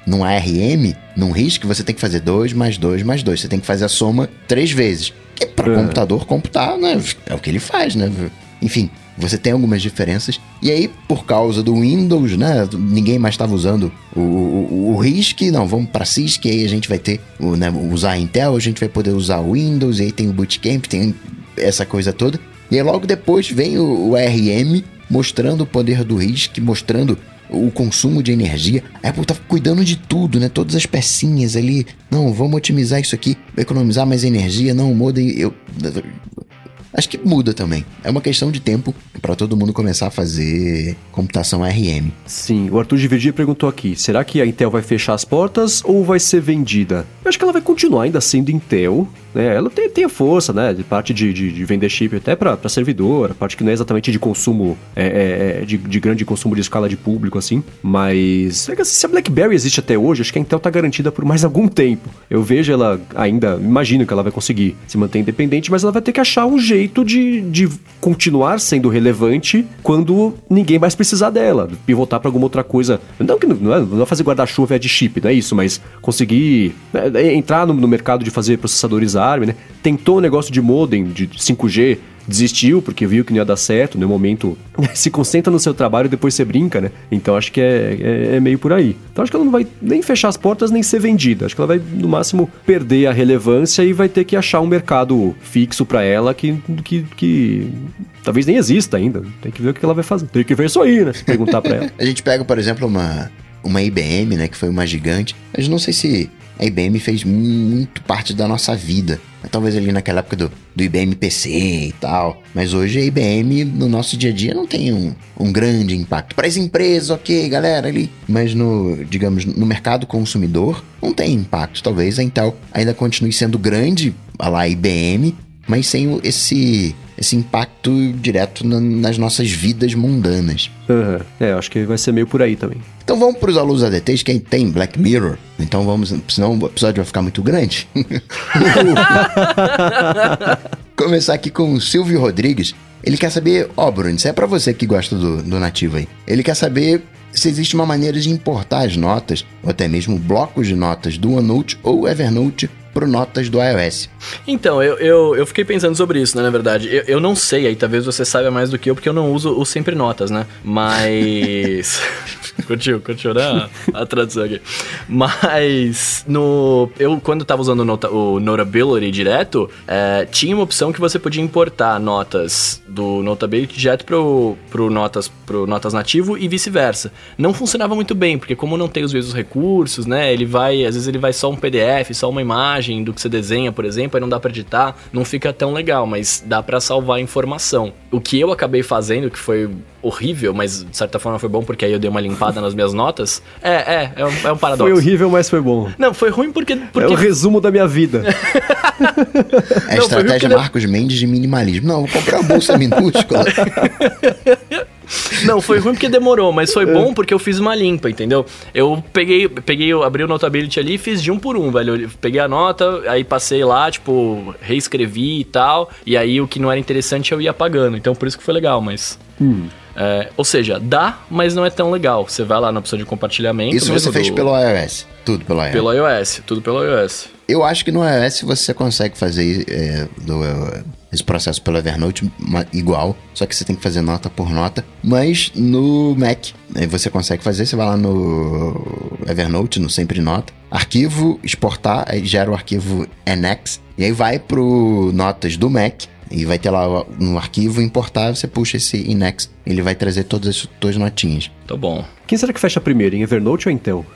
num A R M, num RISC, você tem que fazer dois mais dois mais dois. Você tem que fazer a soma três vezes. Que para o uhum. computador computar, né, é o que ele faz, né? Enfim, você tem algumas diferenças. E aí, por causa do Windows, né, ninguém mais estava usando o, o, o RISC. Não, vamos para CISC, aí a gente vai ter, o, né, usar a Intel, a gente vai poder usar o Windows, e aí tem o Bootcamp, tem essa coisa toda. E aí logo depois vem o, o A R M, mostrando o poder do RISC, mostrando o consumo de energia. A Apple tá cuidando de tudo, né? Todas as pecinhas ali. Não, vamos otimizar isso aqui, economizar mais energia. Não, muda. Eu... Acho que muda também. É uma questão de tempo para todo mundo começar a fazer computação A R M. Sim, o Arthur de Virgia perguntou aqui, será que a Intel vai fechar as portas ou vai ser vendida? Eu acho que ela vai continuar ainda sendo Intel, né? Ela tem, tem a força, né? De parte de, de, de vender chip até para servidor, a parte que não é exatamente de consumo, é, é, de, de grande consumo de escala de público, assim. Mas é que, assim, se a BlackBerry existe até hoje, acho que a Intel tá garantida por mais algum tempo. Eu vejo ela ainda, imagino que ela vai conseguir se manter independente, mas ela vai ter que achar um jeito De, de continuar sendo relevante quando ninguém mais precisar dela, pivotar para alguma outra coisa. Não que não é, não é fazer guarda-chuva de chip, não é isso, mas conseguir né, entrar no, no mercado de fazer processadores A R M, né? Tentou um negócio de modem de cinco G, desistiu porque viu que não ia dar certo, no momento se concentra no seu trabalho e depois você brinca, né? Então acho que é, é, é meio por aí. Então acho que ela não vai nem fechar as portas nem ser vendida, acho que ela vai no máximo perder a relevância e vai ter que achar um mercado fixo para ela que, que, que talvez nem exista ainda. Tem que ver o que ela vai fazer, tem que ver isso aí, né? Se perguntar para ela. A gente pega, por exemplo, uma, uma I B M, né, que foi uma gigante, mas não sei se a I B M fez muito parte da nossa vida. Talvez ali naquela época do, do I B M P C e tal. Mas hoje a I B M no nosso dia a dia não tem um, um grande impacto. Para as empresas, ok, galera, ali. Mas no, digamos, no mercado consumidor, não tem impacto. Talvez a Intel ainda continue sendo grande, a lá I B M, mas sem esse, esse impacto direto na, nas nossas vidas mundanas. Uhum. É, acho que vai ser meio por aí também. Então vamos para os alunos A D Ts, quem tem Black Mirror. Então vamos, senão o episódio vai ficar muito grande. Começar aqui com o Silvio Rodrigues. Ele quer saber, ó, oh, Bruno, isso é para você que gosta do, do nativo aí. Ele quer saber se existe uma maneira de importar as notas, ou até mesmo blocos de notas do OneNote ou Evernote pro notas do iOS. Então, eu, eu, eu fiquei pensando sobre isso, né, na verdade. Eu, eu não sei, aí talvez você saiba mais do que eu, porque eu não uso o Sempre Notas, né? Mas... Curtiu, curtiu, né? A tradução aqui. Mas, no... Eu, quando tava usando o, nota, o Notability direto, é, tinha uma opção que você podia importar notas do Notability direto pro, pro, notas, pro notas nativo e vice-versa. Não funcionava muito bem, porque como não tem os mesmos recursos, né? Ele vai... Às vezes ele vai só um P D F, só uma imagem do que você desenha, por exemplo, aí não dá pra editar, não fica tão legal, mas dá pra salvar a informação. O que eu acabei fazendo, que foi horrível, mas de certa forma foi bom, porque aí eu dei uma limpada nas minhas notas, é, é, é um, é um paradoxo. Foi horrível, mas foi bom. Não, foi ruim porque... porque... É o resumo da minha vida. É a não, estratégia Marcos Mendes de minimalismo. Não, vou comprar uma bolsa minúscula. Não, foi ruim porque demorou, mas foi bom porque eu fiz uma limpa, entendeu? Eu peguei, peguei, eu abri o Notability ali e fiz de um por um, velho. Eu peguei a nota, aí passei lá, tipo, reescrevi e tal, e aí o que não era interessante eu ia apagando, então por isso que foi legal, mas... Hum. É, ou seja, dá, mas não é tão legal. Você vai lá na opção de compartilhamento. Isso você fez do... pelo iOS? Tudo pelo iOS? Pelo iOS, tudo pelo iOS. Eu acho que no iOS você consegue fazer é, do, esse processo pelo Evernote igual, só que você tem que fazer nota por nota. Mas no Mac você consegue fazer, você vai lá no Evernote, no Sempre Nota, arquivo, exportar, aí gera o arquivo N X, e aí vai pro Notas do Mac. E vai ter lá no arquivo importar, você puxa esse Inex, ele vai trazer todas as suas notinhas. Tá bom. Quem será que fecha primeiro, em Evernote ou Intel?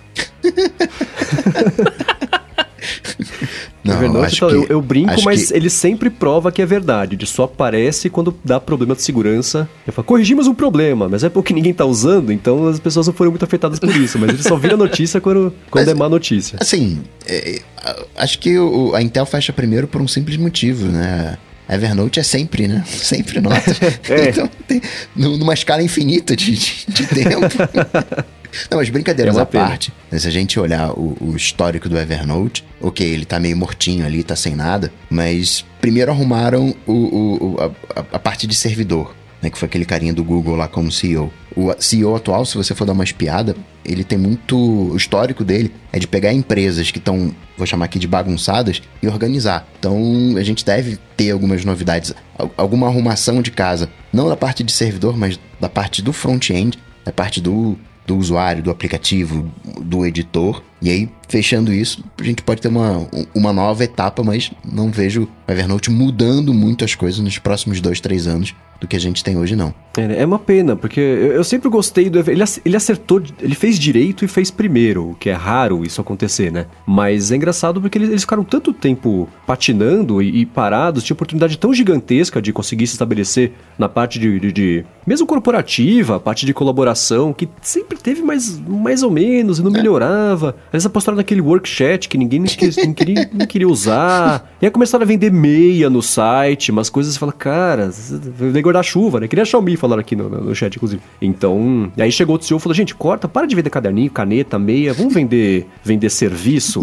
Não, Evernote, acho então, que, eu, eu brinco, mas que... ele sempre prova que é verdade. Ele só aparece quando dá problema de segurança. Eu falo, corrigimos um problema, mas é porque ninguém tá usando, então as pessoas não foram muito afetadas por isso. Mas ele só vira notícia quando, quando mas, é má notícia. Assim, é, acho que o, a Intel fecha primeiro por um simples motivo, né? Evernote é sempre, né? Sempre nota. É. Então, tem, numa escala infinita de, de, de tempo. Não, mas brincadeiras à parte. Se a gente olhar o, o histórico do Evernote, ok, ele tá meio mortinho ali, tá sem nada, mas primeiro arrumaram o, o, a, a parte de servidor. né, que foi aquele carinha do Google lá como C E O. O C E O atual, se você for dar uma espiada, ele tem muito... O histórico dele é de pegar empresas que estão, vou chamar aqui de bagunçadas, e organizar. Então, a gente deve ter algumas novidades, alguma arrumação de casa, não da parte de servidor, mas da parte do front-end, da parte do, do usuário, do aplicativo, do editor. E aí, fechando isso, a gente pode ter uma, uma nova etapa, mas não vejo o Evernote mudando muito as coisas nos próximos dois, três anos do que a gente tem hoje, não. É, é uma pena, porque eu, eu sempre gostei do... Ele, ele acertou, ele fez direito e fez primeiro, o que é raro isso acontecer, né? Mas é engraçado porque eles, eles ficaram tanto tempo patinando e, e parados, tinha oportunidade tão gigantesca de conseguir se estabelecer na parte de, de, de... mesmo corporativa, parte de colaboração, que sempre teve mais, mais ou menos e não é. melhorava. Eles apostaram naquele workchat que ninguém nem queria, nem queria, nem queria usar. E aí começaram a vender meia no site, umas coisas, você fala, cara, negócio da chuva, né? Queria a Xiaomi falaram aqui no, no chat, inclusive. Então, aí chegou o C E O e falou, gente, corta, para de vender caderninho, caneta, meia, vamos vender, vender serviço.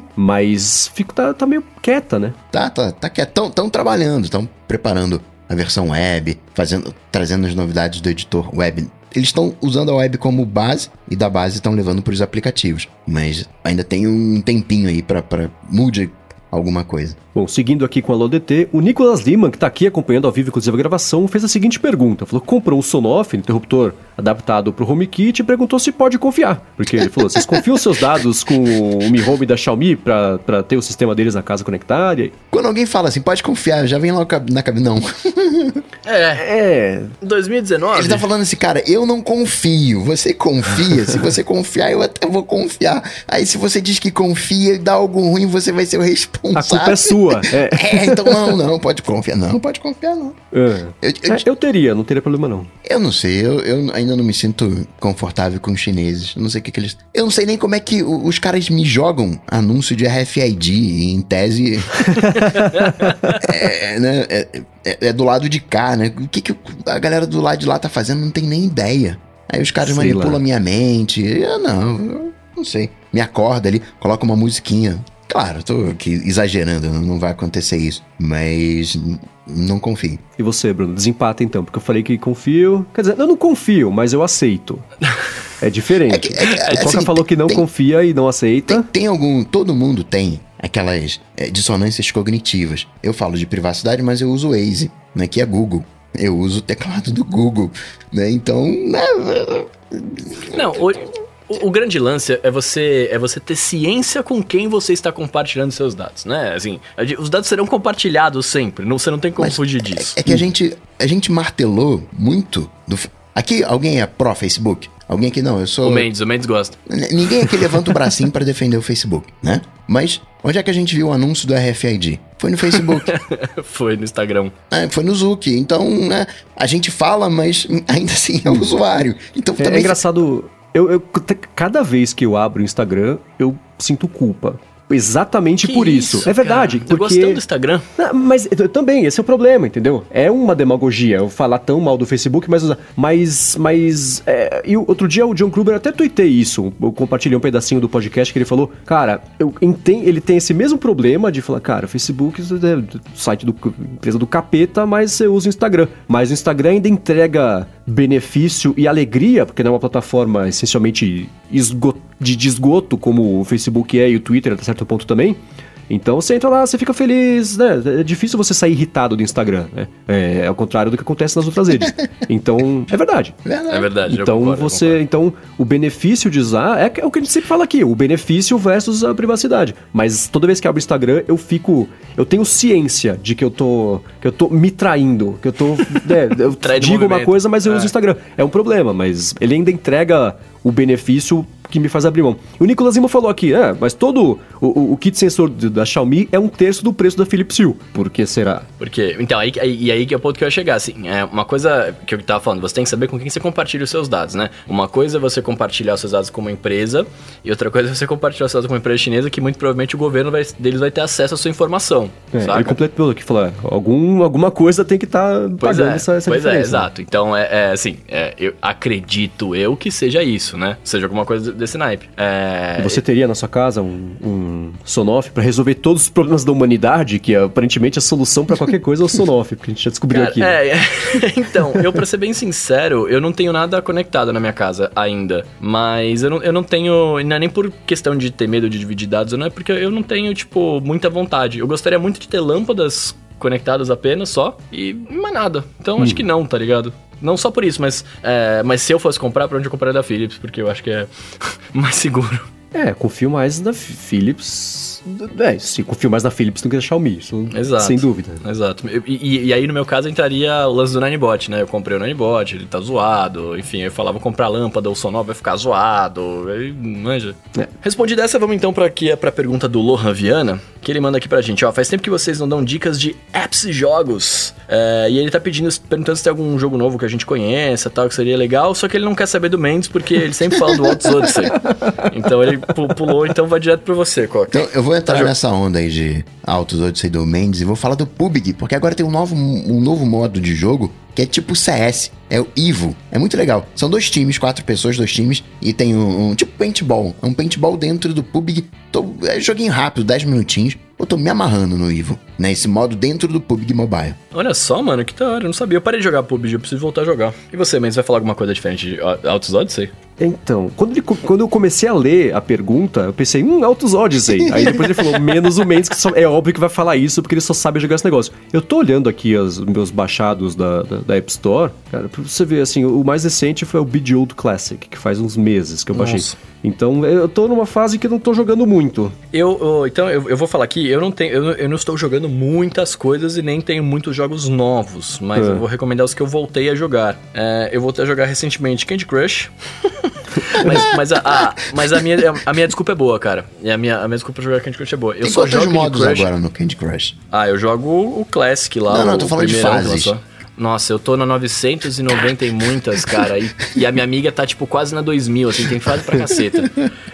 Mas fico, tá, tá meio quieta, né? Tá, tá, tá quieta. Estão trabalhando, estão preparando a versão web, fazendo, trazendo as novidades do editor web. Eles estão usando a web como base e da base estão levando para os aplicativos. Mas ainda tem um tempinho aí para mude alguma coisa. Bom, seguindo aqui com a LoDT, o Nicolas Lima, que está aqui acompanhando ao vivo, inclusive a gravação, fez a seguinte pergunta. Falou que comprou um Sonoff, interruptor adaptado para o HomeKit, e perguntou se pode confiar. Porque ele falou, vocês confiam seus dados com o Mi Home da Xiaomi para ter o sistema deles na casa conectada? Quando alguém fala assim, pode confiar, já vem lá na cabeça, não. É, é. dois mil e dezenove... Ele tá falando assim, cara, eu não confio, você confia, se você confiar, eu até vou confiar. Aí se você diz que confia e dá algo ruim, você vai ser o responsável. A culpa é sua. É. é, então não, não, pode confiar, não, pode confiar, não. É. Eu, eu, é, eu teria, não teria problema, não. Eu não sei, eu, eu ainda não me sinto confortável com os chineses. Eu não sei o que, que eles... Eu não sei nem como é que os caras me jogam anúncio de R F I D, em tese... é, né, é, é, é do lado de cá, né? O que, que a galera do lado de lá tá fazendo, não tem nem ideia. Aí os caras sei manipulam lá. Minha mente. Eu não, eu não sei. Me acorda ali, coloca uma musiquinha. Claro, tô aqui exagerando, não vai acontecer isso, mas não confio. E você, Bruno? Desempata então, porque eu falei que confio... Quer dizer, eu não confio, mas eu aceito. É diferente. É que, é, é, o Coca assim, falou que não tem, confia e não aceita. Tem, tem algum... Todo mundo tem aquelas é, dissonâncias cognitivas. Eu falo de privacidade, mas eu uso o Waze, né, que é Google. Eu uso o teclado do Google, né? Então... Né, não, hoje... O, o grande lance é você, é você ter ciência com quem você está compartilhando seus dados, né? Assim, os dados serão compartilhados sempre, não, você não tem como Mas fugir disso. É, é que a gente, a gente martelou muito... Do, aqui, alguém é pró-Facebook? Alguém aqui não, eu sou... O Mendes, o Mendes gosta. Ninguém aqui levanta o bracinho para defender o Facebook, né? Mas onde é que a gente viu o anúncio do R F I D? Foi no Facebook. Foi no Instagram. É, foi no Zuki. Então, né, a gente fala, mas ainda assim é o usuário. Então, é, também... é engraçado... Eu, eu, cada vez que eu abro o Instagram, eu sinto culpa. Exatamente que por isso. isso. É verdade. Cara, porque... Eu gostando do Instagram. Não, mas eu, também, esse é o problema, entendeu? É uma demagogia eu falar tão mal do Facebook, mas... Mas... mas é, e outro dia o John Gruber até tuitei isso. Eu compartilhei um pedacinho do podcast que ele falou, cara, eu entendo, ele tem esse mesmo problema de falar, cara, o Facebook é o site do empresa do capeta, mas você usa o Instagram. Mas o Instagram ainda entrega benefício e alegria, porque não é uma plataforma essencialmente esgotada, de esgoto, como o Facebook é e o Twitter até certo ponto também. Então você entra lá, você fica feliz, né? É difícil você sair irritado do Instagram, né? É, é ao contrário do que acontece nas outras redes. Então, é verdade. É verdade. Então concordo, você, então o benefício de usar é, é o que a gente sempre fala aqui, o benefício versus a privacidade. Mas toda vez que abro o Instagram, eu fico, eu tenho ciência de que eu tô, que eu tô me traindo, que eu tô, né, eu digo uma coisa, mas eu é. uso o Instagram. É um problema, mas ele ainda entrega o benefício que me faz abrir mão. O Nicolas Lima falou aqui, é, mas todo o, o, o kit sensor da Xiaomi é um terço do preço da Philips Hue. Por que será? Porque, então, aí, aí, e aí que é o ponto que eu ia chegar, assim, é uma coisa que eu tava falando, você tem que saber com quem você compartilha os seus dados, né? Uma coisa é você compartilhar os seus dados com uma empresa, e outra coisa é você compartilhar os seus dados com uma empresa chinesa que muito provavelmente o governo vai, deles vai ter acesso à sua informação, é, saca? Ele completou aqui, falou, é, algum, alguma coisa tem que estar tá pagando é, essa, essa pois diferença. Pois é, exato. Então, é, é assim, é, eu acredito eu que seja isso, né? Seja alguma coisa desse naipe. É... E você teria na sua casa um, um Sonoff pra resolver todos os problemas da humanidade, que aparentemente a solução pra qualquer coisa é o Sonoff, porque a gente já descobriu Cara, aqui. É, é. Então, eu pra ser bem sincero, eu não tenho nada conectado na minha casa ainda, mas eu não, eu não tenho, não é nem por questão de ter medo de dividir dados, não é porque eu não tenho, tipo, muita vontade. Eu gostaria muito de ter lâmpadas conectadas apenas só e mais nada. Então, hum. acho que não, tá ligado? Não só por isso, mas, é, mas se eu fosse comprar, pra onde eu compraria da Philips, porque eu acho que é mais seguro. É, confio mais na Philips. É, sim, confio mais na Philips do que na Xiaomi, isso exato, sem dúvida. Exato. E, e, e aí, no meu caso, entraria o lance do Ninebot, né? Eu comprei o Ninebot, ele tá zoado, enfim, eu falava comprar lâmpada, o Sonoff vai ficar zoado, aí, manja. É. Respondi dessa, vamos então pra, aqui, pra pergunta do Lohan Viana, que ele manda aqui pra gente, ó, faz tempo que vocês não dão dicas de apps e jogos, é, e ele tá pedindo, perguntando se tem algum jogo novo que a gente conheça, tal, que seria legal, só que ele não quer saber do Mendes, porque ele sempre fala do Autos Odyssey. Então ele pulou, então vai direto pra você, Coca. Então eu vou entrar tá nessa onda aí de Autos Odyssey do Mendes e vou falar do P U B G, porque agora tem um novo, um novo modo de jogo que é tipo C S, é o Evo. É muito legal. São dois times, quatro pessoas, dois times, e tem um, um tipo paintball. É um paintball dentro do P U B G. Tô, é joguinho rápido, dez minutinhos. Eu tô me amarrando no Evo, né? Esse modo dentro do P U B G Mobile. Olha só, mano, que da hora. Eu não sabia. Eu parei de jogar P U B G, eu preciso voltar a jogar. E você, Mendes, vai falar alguma coisa diferente de Autos Odyssey? Então, quando, ele, quando eu comecei a ler a pergunta, eu pensei, hum, Autos Odyssey. Aí depois ele falou, menos o Mendes, que só, é óbvio que vai falar isso, porque ele só sabe jogar esse negócio. Eu tô olhando aqui os meus baixados da, da, da App Store, cara, pra você ver, assim, o mais recente foi o Bejeweled Classic, que faz uns meses que eu baixei. Nossa. Então, eu tô numa fase que eu não tô jogando muito. Eu, eu então, eu, eu vou falar aqui, eu não tenho, eu, eu não estou jogando muitas coisas e nem tenho muitos jogos novos, mas é. eu vou recomendar os que eu voltei a jogar. É, eu voltei a jogar recentemente Candy Crush. mas, mas, a, a, mas a, minha, a minha desculpa é boa, cara. E a minha, a minha desculpa pra jogar Candy Crush é boa. Eu Tem só jogo modos Candy Crush agora no Candy Crush? Ah, eu jogo o Classic lá. Não, não, tô falando de fases. Nossa, eu tô na novecentos e noventa e muitas, cara. E, e a minha amiga tá, tipo, quase na dois mil, assim, tem fase pra caceta.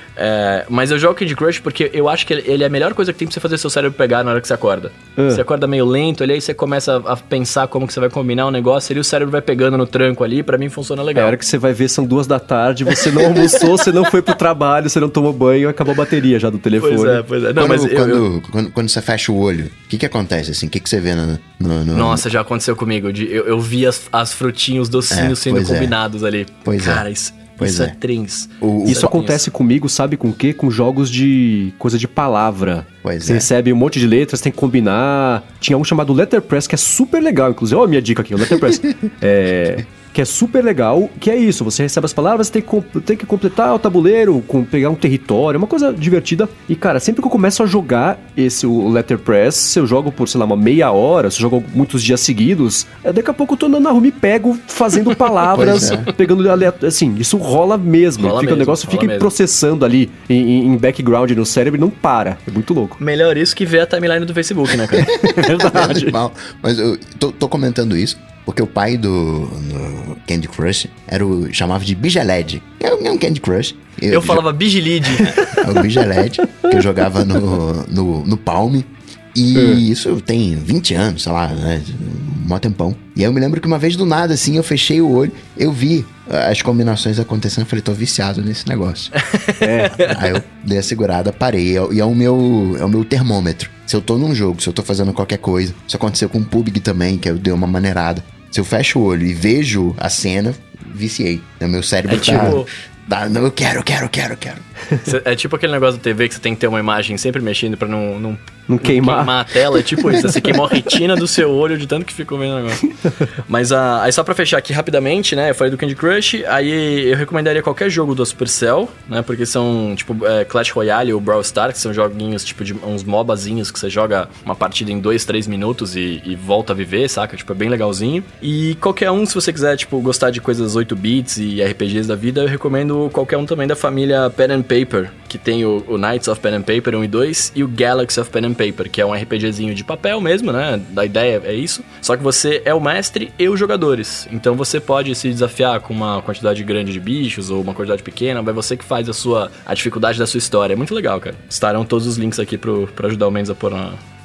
É, mas eu jogo Candy Crush porque eu acho que ele é a melhor coisa que tem pra você fazer seu cérebro pegar na hora que você acorda. Uh. Você acorda meio lento, ali, aí você começa a pensar como que você vai combinar o negócio, e o cérebro vai pegando no tranco ali, pra mim funciona legal. É a hora que você vai ver, são duas da tarde, você não almoçou, você não foi pro trabalho, você não tomou banho, acabou a bateria já do telefone. Pois é, pois é. Não, quando, mas quando, eu, eu... Quando, quando você fecha o olho, o que que acontece, assim? O que que você vê no... no, no... Nossa, já aconteceu comigo. De, eu, eu vi as, as frutinhos, os docinhos é, sendo combinados é. ali. Pois Cara, é. isso... Pois isso é, é trens. O, isso é acontece comigo, sabe com o quê? Com jogos de... coisa de palavra. Pois Você é. recebe um monte de letras, tem que combinar. Tinha um chamado Letterpress, que é super legal, inclusive. Ó a minha dica aqui, o Letterpress. é... que é super legal, que é isso, você recebe as palavras, tem que, tem que completar o tabuleiro, com, pegar um território, uma coisa divertida. E, cara, sempre que eu começo a jogar esse o Letterpress, se eu jogo por, sei lá, uma meia hora, se eu jogo muitos dias seguidos, daqui a pouco eu tô andando na rua, me pego fazendo palavras, é. pegando, assim, isso rola mesmo. Rola fica, mesmo o negócio fica mesmo. processando ali em, em background no cérebro e não para. É muito louco. Melhor isso que ver a timeline do Facebook, né, cara? É verdade. Mas eu tô, tô comentando isso porque o pai do, do Candy Crush era o, chamava de Bigeled. É um Candy Crush. Eu, eu falava Bigilide. É o Bigeled, que eu jogava no, no, no Palm. E é. isso tem vinte anos, sei lá, né? Mó tempão. E aí eu me lembro que uma vez do nada, assim, eu fechei o olho, eu vi as combinações acontecendo, eu falei, tô viciado nesse negócio. É. Aí eu dei a segurada, parei. E é o meu, é o meu termômetro. Se eu tô num jogo, se eu tô fazendo qualquer coisa. Isso aconteceu com o P U B G também, que eu dei uma maneirada. Se eu fecho o olho e vejo a cena, viciei. O meu cérebro é tá... Tipo... Tá, não, eu quero, eu quero, eu quero, eu quero. É tipo aquele negócio da T V que você tem que ter uma imagem sempre mexendo pra não... Não, não queimar. Não queimar a tela, é tipo isso. Você queimou a retina do seu olho de tanto que ficou vendo o negócio. Mas uh, aí só pra fechar aqui rapidamente, né? Eu falei do Candy Crush, aí eu recomendaria qualquer jogo do Supercell, né? Porque são, tipo, é, Clash Royale ou Brawl Stars, que são joguinhos, tipo, de uns mobazinhos que você joga uma partida em dois, três minutos e, e volta a viver, saca? Tipo, é bem legalzinho. E qualquer um, se você quiser, tipo, gostar de coisas oito bits e R P Gs da vida, eu recomendo qualquer um também da família Pen and Paper, que tem o, o Knights of Pen and Paper um e dois e o Galaxy of Pen and Paper, que é um RPGzinho de papel mesmo, né? A ideia é isso. Só que você é o mestre e os jogadores. Então você pode se desafiar com uma quantidade grande de bichos ou uma quantidade pequena, vai você que faz a sua a dificuldade da sua história. É muito legal, cara. Estarão todos os links aqui pro, pra ajudar o Mendes a pôr na,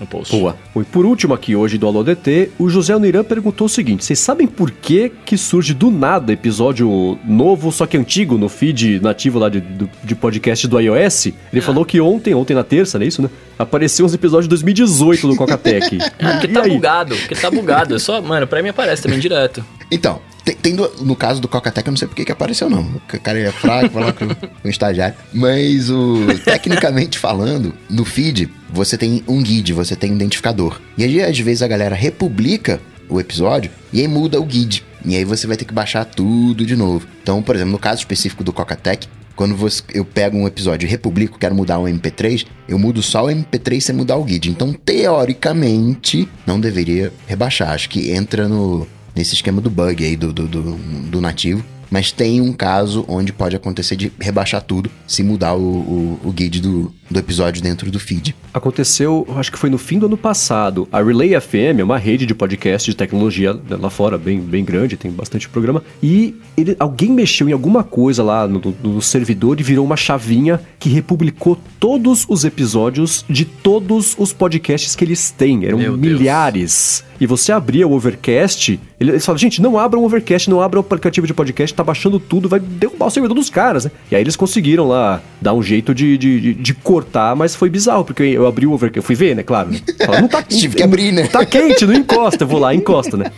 no post. Boa. E por último aqui hoje do Alô D T, o José Uniran perguntou o seguinte: vocês sabem por que que surge do nada episódio novo, só que antigo, no feed nativo lá de, de, de podcast do iOS? Ele ah. falou que ontem, ontem na terça, não é isso, né? Apareceu uns episódios de dois mil e dezoito do Cocatec. Ah, porque tá aí? bugado, porque tá bugado. É só, mano, pra mim aparece também direto. Então, tem, tem do, no caso do Cocatec, eu não sei por que que apareceu, não. O cara é fraco, vai lá com, com o estagiário. Mas, o, tecnicamente falando, no feed, você tem um guide, você tem um identificador. E aí, às vezes, a galera republica o episódio e aí muda o guide. E aí você vai ter que baixar tudo de novo. Então, por exemplo, no caso específico do Cocatec, quando você, eu pego um episódio e republico, quero mudar um M P três, eu mudo só o M P três sem mudar o guide. Então, teoricamente, não deveria rebaixar. Acho que entra no, nesse esquema do bug aí do, do, do, do nativo. Mas tem um caso onde pode acontecer de rebaixar tudo se mudar o, o, o guide do, do episódio dentro do feed. Aconteceu, acho que foi no fim do ano passado. A Relay F M é uma rede de podcast de tecnologia lá fora, bem, bem grande, tem bastante programa. E ele, alguém mexeu em alguma coisa lá no, no servidor e virou uma chavinha que republicou todos os episódios de todos os podcasts que eles têm. Eram Meu milhares. Deus. E você abria o Overcast, eles falavam, gente, não abra o Overcast, não abra o aplicativo de podcast, tá baixando tudo, vai derrubar o servidor dos caras, né? E aí eles conseguiram lá dar um jeito de, de, de, de cortar, mas foi bizarro, porque eu abri o Overcast, eu fui ver, né, claro, né? Fala, não tá, tive que abrir, né? Tá quente, não encosta, eu vou lá, encosta, né?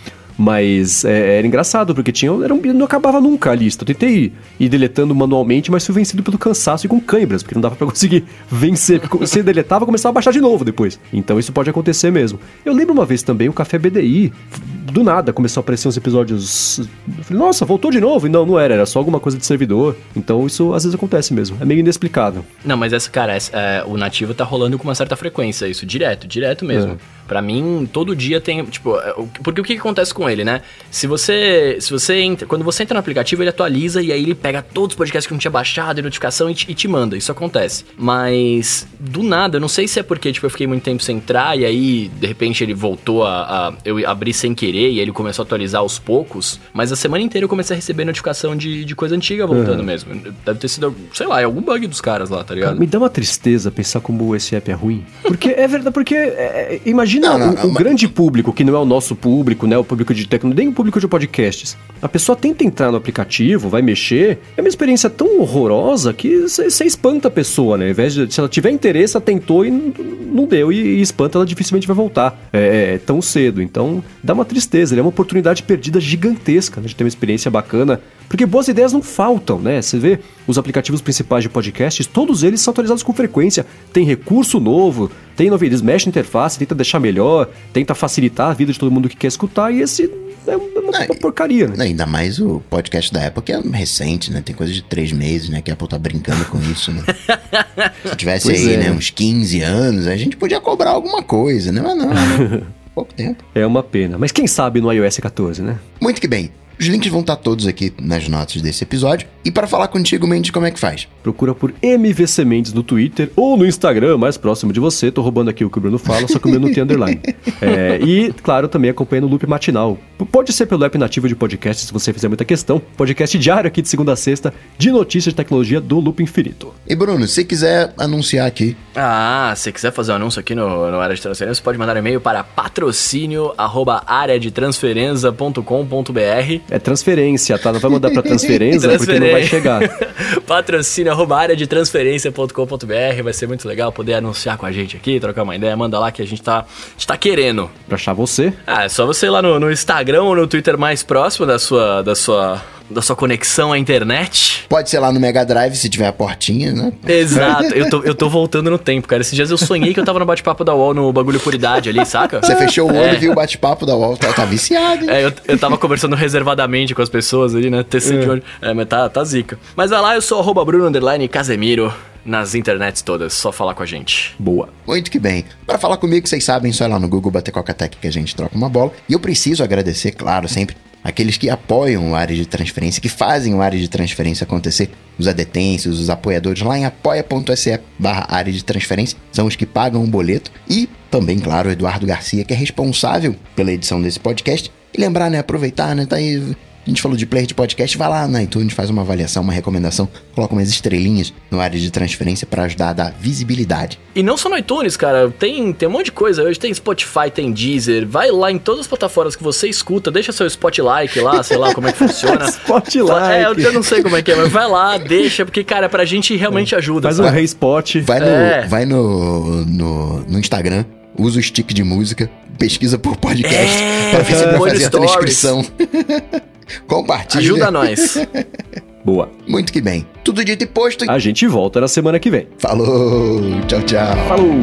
Mas é, era engraçado, porque tinha, era um, não acabava nunca a lista. Eu tentei ir deletando manualmente, mas fui vencido pelo cansaço e com câimbras, porque não dava pra conseguir vencer. Porque você deletava e começava a baixar de novo depois. Então isso pode acontecer mesmo. Eu lembro uma vez também, o Café B D I, do nada começou a aparecer uns episódios... Eu falei, nossa, voltou de novo? E não, não era, era só alguma coisa de servidor. Então isso às vezes acontece mesmo, é meio inexplicável. Não, mas essa, cara, essa, é, o nativo tá rolando com uma certa frequência, isso, direto, direto mesmo. É. Pra mim, todo dia tem, tipo, porque o que, que acontece com ele, né? Se você, se você entra, quando você entra no aplicativo, ele atualiza e aí ele pega todos os podcasts que não tinha baixado e notificação e te, e te manda, isso acontece. Mas, do nada, eu não sei se é porque, tipo, eu fiquei muito tempo sem entrar e aí, de repente, ele voltou a, a eu abri sem querer e ele começou a atualizar aos poucos, mas a semana inteira eu comecei a receber notificação de, de coisa antiga voltando uhum. mesmo. Deve ter sido, sei lá, algum bug dos caras lá, tá ligado? Cara, me dá uma tristeza pensar como esse app é ruim. Porque, é verdade, porque, é, imagina Não, não, não, o, o mas... grande público, que não é o nosso público, né? O público de tecnologia, nem o público de podcasts. A pessoa tenta entrar no aplicativo, vai mexer. É uma experiência tão horrorosa que você espanta a pessoa, né? Ao invés de, se ela tiver interesse, ela tentou e não deu. E, e espanta, ela dificilmente vai voltar é, é, tão cedo. Então, dá uma tristeza. É uma oportunidade perdida gigantesca, né, de ter uma experiência bacana. Porque boas ideias não faltam, né? Você vê os aplicativos principais de podcasts, todos eles são atualizados com frequência. Tem recurso novo, tem novidades, mexe na interface, tenta deixar melhor, tenta facilitar a vida de todo mundo que quer escutar, e esse é uma, uma não, porcaria, né? Ainda mais o podcast da Apple, que é recente, né? Tem coisa de três meses, né? Que a Apple tá brincando com isso, né? Se tivesse pois aí, é. né, uns quinze anos, a gente podia cobrar alguma coisa, né? Mas não, né? Pouco tempo. É uma pena. Mas quem sabe no iOS catorze, né? Muito que bem. Os links vão estar todos aqui nas notas desse episódio. E para falar contigo, Mendes, como é que faz? Procura por M V C Mendes no Twitter ou no Instagram, mais próximo de você. Tô roubando aqui o que o Bruno fala, só que o meu não tem underline. É, e, claro, também acompanha no Loop Matinal. Pode ser pelo app nativo de podcast, se você fizer muita questão. Podcast diário aqui de segunda a sexta, de notícias de tecnologia do Loop Infinito. E, Bruno, se quiser anunciar aqui... Ah, se quiser fazer um anúncio aqui no, no Área de Transferência, você pode mandar um e-mail para patrocínio arroba área de transferência ponto com ponto b r. É transferência, tá? Não vai mandar pra transferência, porque não vai chegar. Patrocínio arroba área de transferência ponto com ponto b r. Vai ser muito legal poder anunciar com a gente aqui, trocar uma ideia. Manda lá que a gente tá, a gente tá querendo. Pra achar você? Ah, é só você ir lá no, no Instagram ou no Twitter mais próximo da sua... Da sua... da sua conexão à internet. Pode ser lá no Mega Drive, se tiver a portinha, né? Exato. Eu tô, eu tô voltando no tempo, cara. Esses dias eu sonhei que eu tava no bate-papo da U O L, no bagulho Puridade ali, saca? Você fechou o olho é. e viu o bate-papo da U O L. Tá, tá viciado, hein? É, eu, eu tava conversando reservadamente com as pessoas ali, né? Tecendo de olho. É, mas tá, tá zica. Mas vai lá, eu sou arroba Bruno underline Casemiro. Nas internets todas, só falar com a gente. Boa. Muito que bem. Para falar comigo, vocês sabem, só ir lá no Google, bater Cocatec que a gente troca uma bola. E eu preciso agradecer, claro, sempre, aqueles que apoiam o Área de Transferência, que fazem o Área de Transferência acontecer. Os adetêncios, os apoiadores lá em apoia.se barra área de transferência, são os que pagam o boleto. E também, claro, o Eduardo Garcia, que é responsável pela edição desse podcast. E lembrar, né, aproveitar, né, tá aí... A gente falou de player de podcast, vai lá na iTunes, faz uma avaliação, uma recomendação, coloca umas estrelinhas no área de transferência pra ajudar a dar visibilidade. E não só no iTunes, cara, tem, tem um monte de coisa. Hoje tem Spotify, tem Deezer, vai lá em todas as plataformas que você escuta, deixa seu Spotlight lá, sei lá como é que funciona. Spotlight. É, eu, eu não sei como é que é, mas vai lá, deixa, porque, cara, pra gente realmente ajuda. Faz um Hey Spot. Vai, no, É. vai no, no, no Instagram, usa o stick de música, pesquisa por podcast, É, pra ver se ele põe vai no fazer a stories. transcrição. Compartilha. Ajuda nós. Boa. Muito que bem. Tudo dito e posto. A gente volta na semana que vem. Falou. Tchau, tchau. Falou!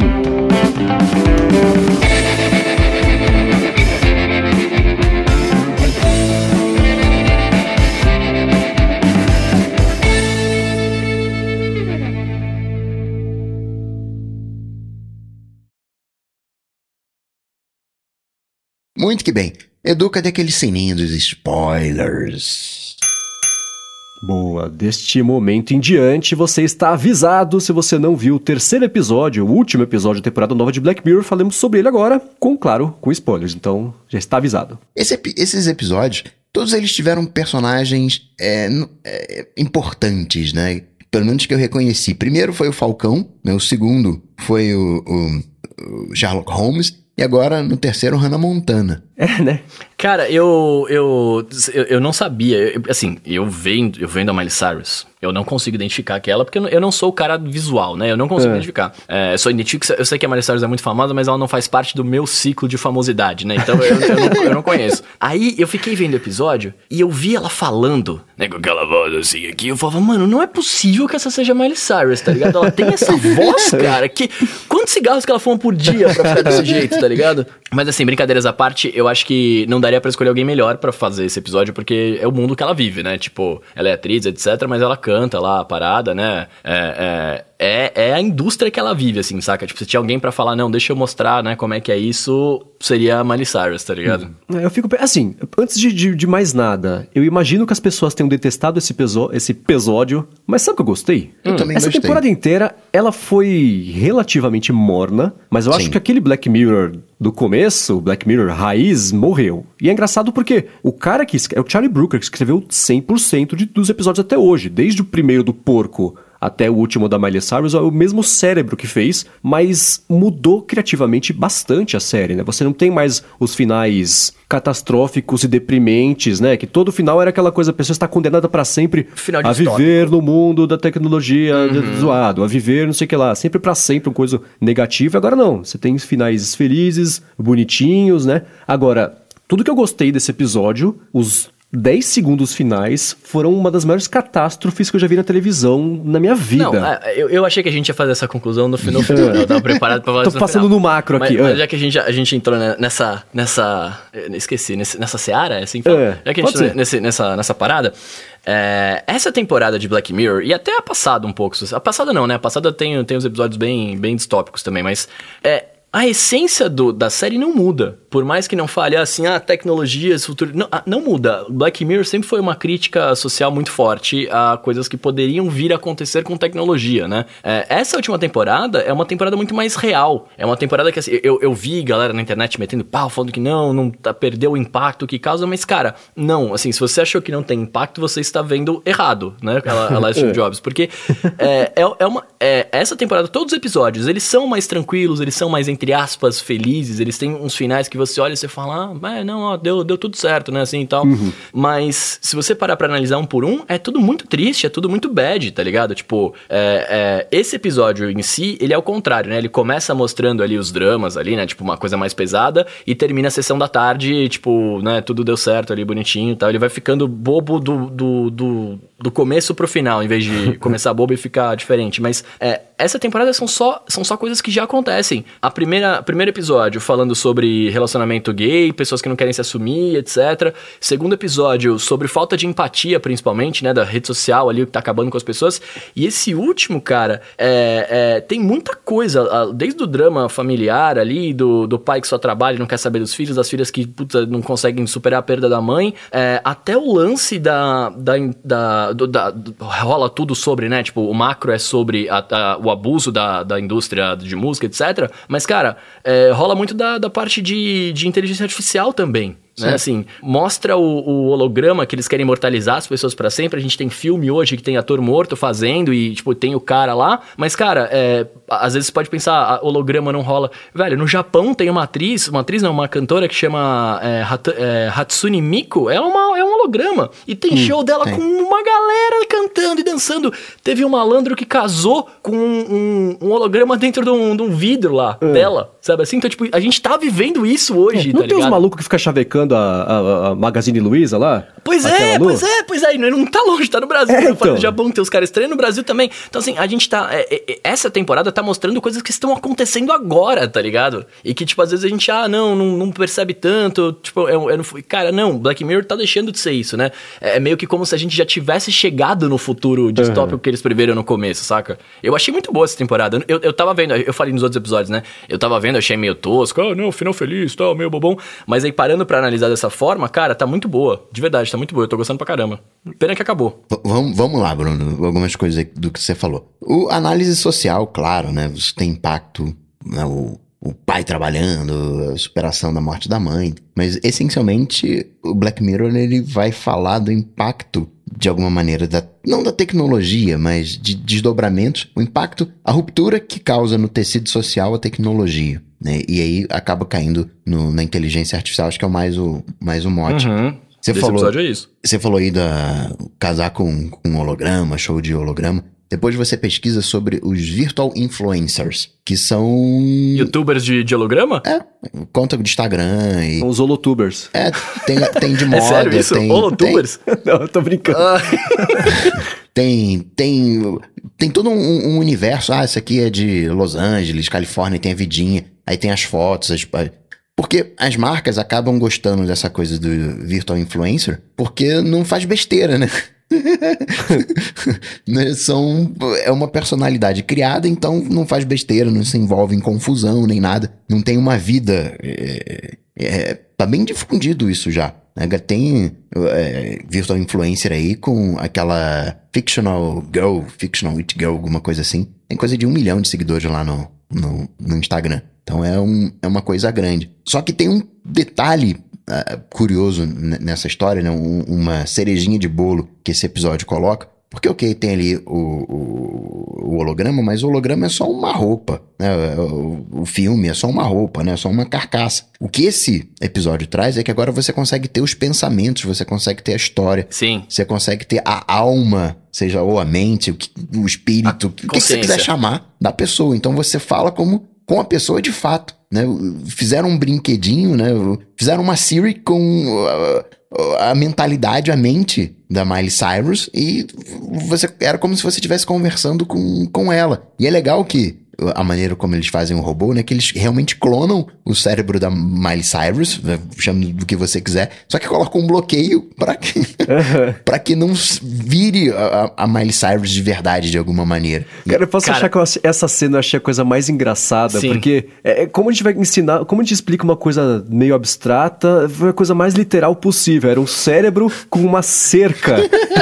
Muito que bem. Edu, cadê aquele sininho dos spoilers? Boa, deste momento em diante você está avisado. Se você não viu o terceiro episódio, o último episódio da temporada nova de Black Mirror, falamos sobre ele agora, com, claro, com spoilers, então já está avisado. Esse epi- esses episódios, todos eles tiveram personagens é, n- é, importantes, né? Pelo menos que eu reconheci. Primeiro foi o Falcão, né? O segundo foi o, o- o Sherlock Holmes. E agora, no terceiro, Hannah Montana. É, né? Cara, eu, eu, eu, eu não sabia, eu- assim, eu vendo, eu vendo a Miley Cyrus, eu não consigo identificar aquela, porque eu não, eu não sou o cara visual, né, eu não consigo É. identificar. É, eu só identifico, eu sei que a Miley Cyrus é muito famosa, mas ela não faz parte do meu ciclo de famosidade, né, então eu, eu, não, eu não conheço. Aí eu fiquei vendo o episódio e eu vi ela falando, né, com aquela voz assim aqui, eu falava, mano, não é possível que essa seja a Miley Cyrus, tá ligado? Ela tem essa voz, cara, que... Quantos cigarros que ela fuma por dia pra ficar desse jeito, tá ligado? Mas assim, brincadeiras à parte, eu acho que não daria pra escolher alguém melhor pra fazer esse episódio, porque é o mundo que ela vive, né? Tipo, ela é atriz, etcétera, mas ela canta lá a parada, né? É, é, é, é a indústria que ela vive, assim, saca? Tipo, se tinha alguém pra falar, não, deixa eu mostrar, né, como é que é isso, seria a Miley Cyrus, tá ligado? É, eu fico... pe- Assim, antes de, de, de mais nada, eu imagino que as pessoas tenham detestado esse, peso, esse episódio, mas sabe o que eu gostei? Eu também Essa gostei. temporada inteira, ela foi relativamente morna, mas eu acho Sim. que aquele Black Mirror do começo, o Black Mirror raiz, morreu. E é engraçado porque o cara que... escre- É o Charlie Brooker que escreveu cem por cento de, dos episódios até hoje, desde o primeiro do porco até o último da Miley Cyrus, é o mesmo cérebro que fez, mas mudou criativamente bastante a série, né? Você não tem mais os finais catastróficos e deprimentes, né? Que todo final era aquela coisa, a pessoa está condenada pra sempre Final a distópico. viver no mundo da tecnologia zoado, a viver não sei o que lá, sempre pra sempre, uma coisa negativa. Agora não, você tem finais felizes, bonitinhos, né? Agora, tudo que eu gostei desse episódio, os dez segundos finais foram uma das maiores catástrofes que eu já vi na televisão na minha vida. Não, é, eu, eu achei que a gente ia fazer essa conclusão no final. Eu tava preparado pra falar Tô isso no passando final. no macro Mas- aqui, Mas, é. já que a gente, a gente entrou ne- nessa... nessa eh, esqueci, nesse- nessa seara, é assim que fala? É, Já que a gente pode entrou ser. nesse, nessa, nessa parada, é, essa temporada de Black Mirror, e até a passada um pouco, a passada não, né? A passada tem, tem uns episódios bem, bem distópicos também, mas... É, a essência do, da série não muda. Por mais que não fale assim, ah, tecnologias, futuro... Não, ah, não muda. Black Mirror sempre foi uma crítica social muito forte a coisas que poderiam vir a acontecer com tecnologia, né? É, essa última temporada é uma temporada muito mais real. É uma temporada que, assim, eu, eu vi galera na internet metendo pau, falando que não, não tá, perdeu o impacto que causa, mas, cara, não. Assim, se você achou que não tem impacto, você está vendo errado, né? A, a Last of Jobs. Porque é, é, é uma... É, essa temporada, todos os episódios, eles são mais tranquilos, eles são mais, entre aspas, felizes, eles têm uns finais que você olha e você fala, ah, é, não, ó, deu, deu tudo certo, né, assim e tal. Uhum. Mas, se você parar pra analisar um por um, é tudo muito triste, é tudo muito bad, tá ligado? Tipo, é, é, esse episódio em si, ele é o contrário, né? Ele começa mostrando ali os dramas ali, né? Tipo, uma coisa mais pesada, e termina a sessão da tarde, tipo, né, tudo deu certo ali, bonitinho e tal. Ele vai ficando bobo do, do, do, do começo pro final, em vez de começar bobo e ficar diferente. Mas, é, essa temporada são só, são só coisas que já acontecem. A primeira, primeiro episódio falando sobre relacionamento gay, pessoas que não querem se assumir, etcétera. Segundo episódio sobre falta de empatia, principalmente, né, da rede social ali, que tá acabando com as pessoas. E esse último, cara, é, é, tem muita coisa, desde o drama familiar ali, do, do pai que só trabalha e não quer saber dos filhos, das filhas que, puta, não conseguem superar a perda da mãe, é, até o lance da, da, da, a, do, da, do, rola tudo sobre, né? Tipo, o macro é sobre a, a, o abuso da, da indústria de música, etcétera. Mas, cara, é, rola muito da, da parte de, de inteligência artificial também. Né? Assim, mostra o, o holograma que eles querem imortalizar as pessoas pra sempre. A gente tem filme hoje que tem ator morto fazendo e, tipo, tem o cara lá. Mas, cara, é, às vezes você pode pensar, a holograma não rola. Velho, no Japão tem uma atriz, uma atriz não, uma cantora que chama é, Hat, é, Hatsune Miku. Ela é, uma, é um holograma. E tem hum, show dela tem. com uma galera cantando e dançando. Teve um malandro que casou com um, um holograma dentro de um, de um vidro lá, é. dela. Sabe assim? Então, tipo, a gente tá vivendo isso hoje, é, não tá tem ligado? uns malucos que ficam chavecando A, a, a Magazine Luiza lá? Pois é, pois é, pois é, não tá longe, tá no Brasil. É, eu então. No Japão tem os caras estranhos, no Brasil também. Então assim, a gente tá, é, é, essa temporada tá mostrando coisas que estão acontecendo agora, tá ligado? E que tipo, às vezes a gente, ah, não, não, não percebe tanto, tipo, eu, eu não fui, cara, não, Black Mirror tá deixando de ser isso, né? É meio que como se a gente já tivesse chegado no futuro distópico uhum. que eles preveram no começo, saca? Eu achei muito boa essa temporada, eu, eu tava vendo, eu falei nos outros episódios, né? Eu tava vendo, achei meio tosco, ah, não, final feliz, tal, meio bobão, mas aí parando pra analisar dessa forma, cara, tá muito boa. De verdade, tá muito boa. Eu tô gostando pra caramba. Pena que acabou. V- vamos, vamos lá, Bruno. Algumas coisas do que você falou. O análise social, claro, né? Isso tem impacto, né? O, o pai trabalhando, a superação da morte da mãe. Mas, essencialmente, o Black Mirror, ele vai falar do impacto, de alguma maneira, da, não da tecnologia, mas de desdobramentos. O impacto, a ruptura que causa no tecido social a tecnologia. Né? E aí acaba caindo no, na inteligência artificial, acho que é o mais o, mais o mote. Uhum. Você Esse falou, episódio é isso. Você falou aí da casar com, com holograma, show de holograma. Depois você pesquisa sobre os virtual influencers, que são... Youtubers de, de holograma? É, conta de Instagram e... Os holotubers. É, tem, tem de moda, é sério isso? tem... Holotubers? Tem... Não, eu tô brincando. Ah. tem, tem, tem todo um, um universo. Ah, esse aqui é de Los Angeles, Califórnia, tem a vidinha. Aí tem as fotos, as... Porque as marcas acabam gostando dessa coisa do virtual influencer, porque não faz besteira, né? São, é uma personalidade criada, então não faz besteira, não se envolve em confusão nem nada. Não tem uma vida... É, é, tá bem difundido isso já. Né? Tem é, virtual influencer aí com aquela fictional girl, fictional it girl, alguma coisa assim. Tem coisa de um milhão de seguidores lá no, no, no Instagram. Então é, um, é uma coisa grande. Só que tem um detalhe uh, curioso n- nessa história, né? Um, uma cerejinha de bolo que esse episódio coloca. Porque, ok, tem ali o, o, o holograma, mas o holograma é só uma roupa, né? O, o filme é só uma roupa, né? É só uma carcaça. O que esse episódio traz é que agora você consegue ter os pensamentos, você consegue ter a história. Sim. Você consegue ter a alma, seja ou a mente, o, que, o espírito, o que você quiser chamar da pessoa. Então você fala como... com a pessoa de fato, né? Fizeram um brinquedinho, né? Fizeram uma Siri com a, a mentalidade, a mente da Miley Cyrus e você, era como se você estivesse conversando com, com ela. E é legal que a maneira como eles fazem o robô, né? Que eles realmente clonam o cérebro da Miley Cyrus, né, chame do que você quiser, só que colocam um bloqueio para que, uhum. pra que não vire a, a Miley Cyrus de verdade, de alguma maneira. Cara, eu posso Cara, achar que eu, essa cena eu achei a coisa mais engraçada, sim. porque é, como a gente vai ensinar, como a gente explica uma coisa meio abstrata, foi a coisa mais literal possível. Era um cérebro com uma cerca.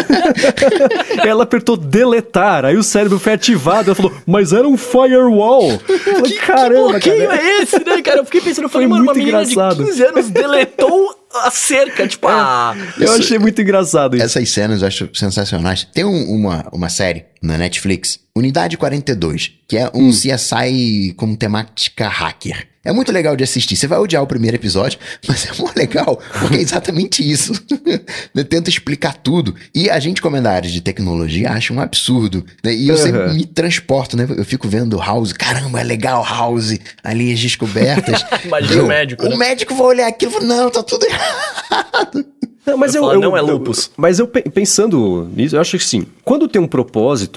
Ela apertou deletar, aí o cérebro foi ativado, ela falou, mas era um firewall. Falei, que, caramba, que bloqueio cara. É esse, né, cara? Eu fiquei pensando, eu falei, foi mano, uma menina engraçado. de quinze anos deletou a cerca, tipo, é, ah... Eu isso, achei muito engraçado isso. Essas cenas eu acho sensacionais. Tem um, uma, uma série na Netflix, Unidade quarenta e dois, que é um hum. C S I com temática hacker. É muito legal de assistir. Você vai odiar o primeiro episódio, mas é muito legal, porque é exatamente isso. Tenta explicar tudo. E a gente, como é da área de tecnologia, acha um absurdo. Né? E eu uhum. sempre me transporto, né? Eu fico vendo House. Caramba, é legal House. Ali as descobertas. Imagina eu, o médico. O né? médico vai olhar aquilo e falar, não, tá tudo errado. Não, mas eu, eu, eu, não é eu lupus. Mas eu pensando nisso, eu acho que sim. Quando tem um propósito,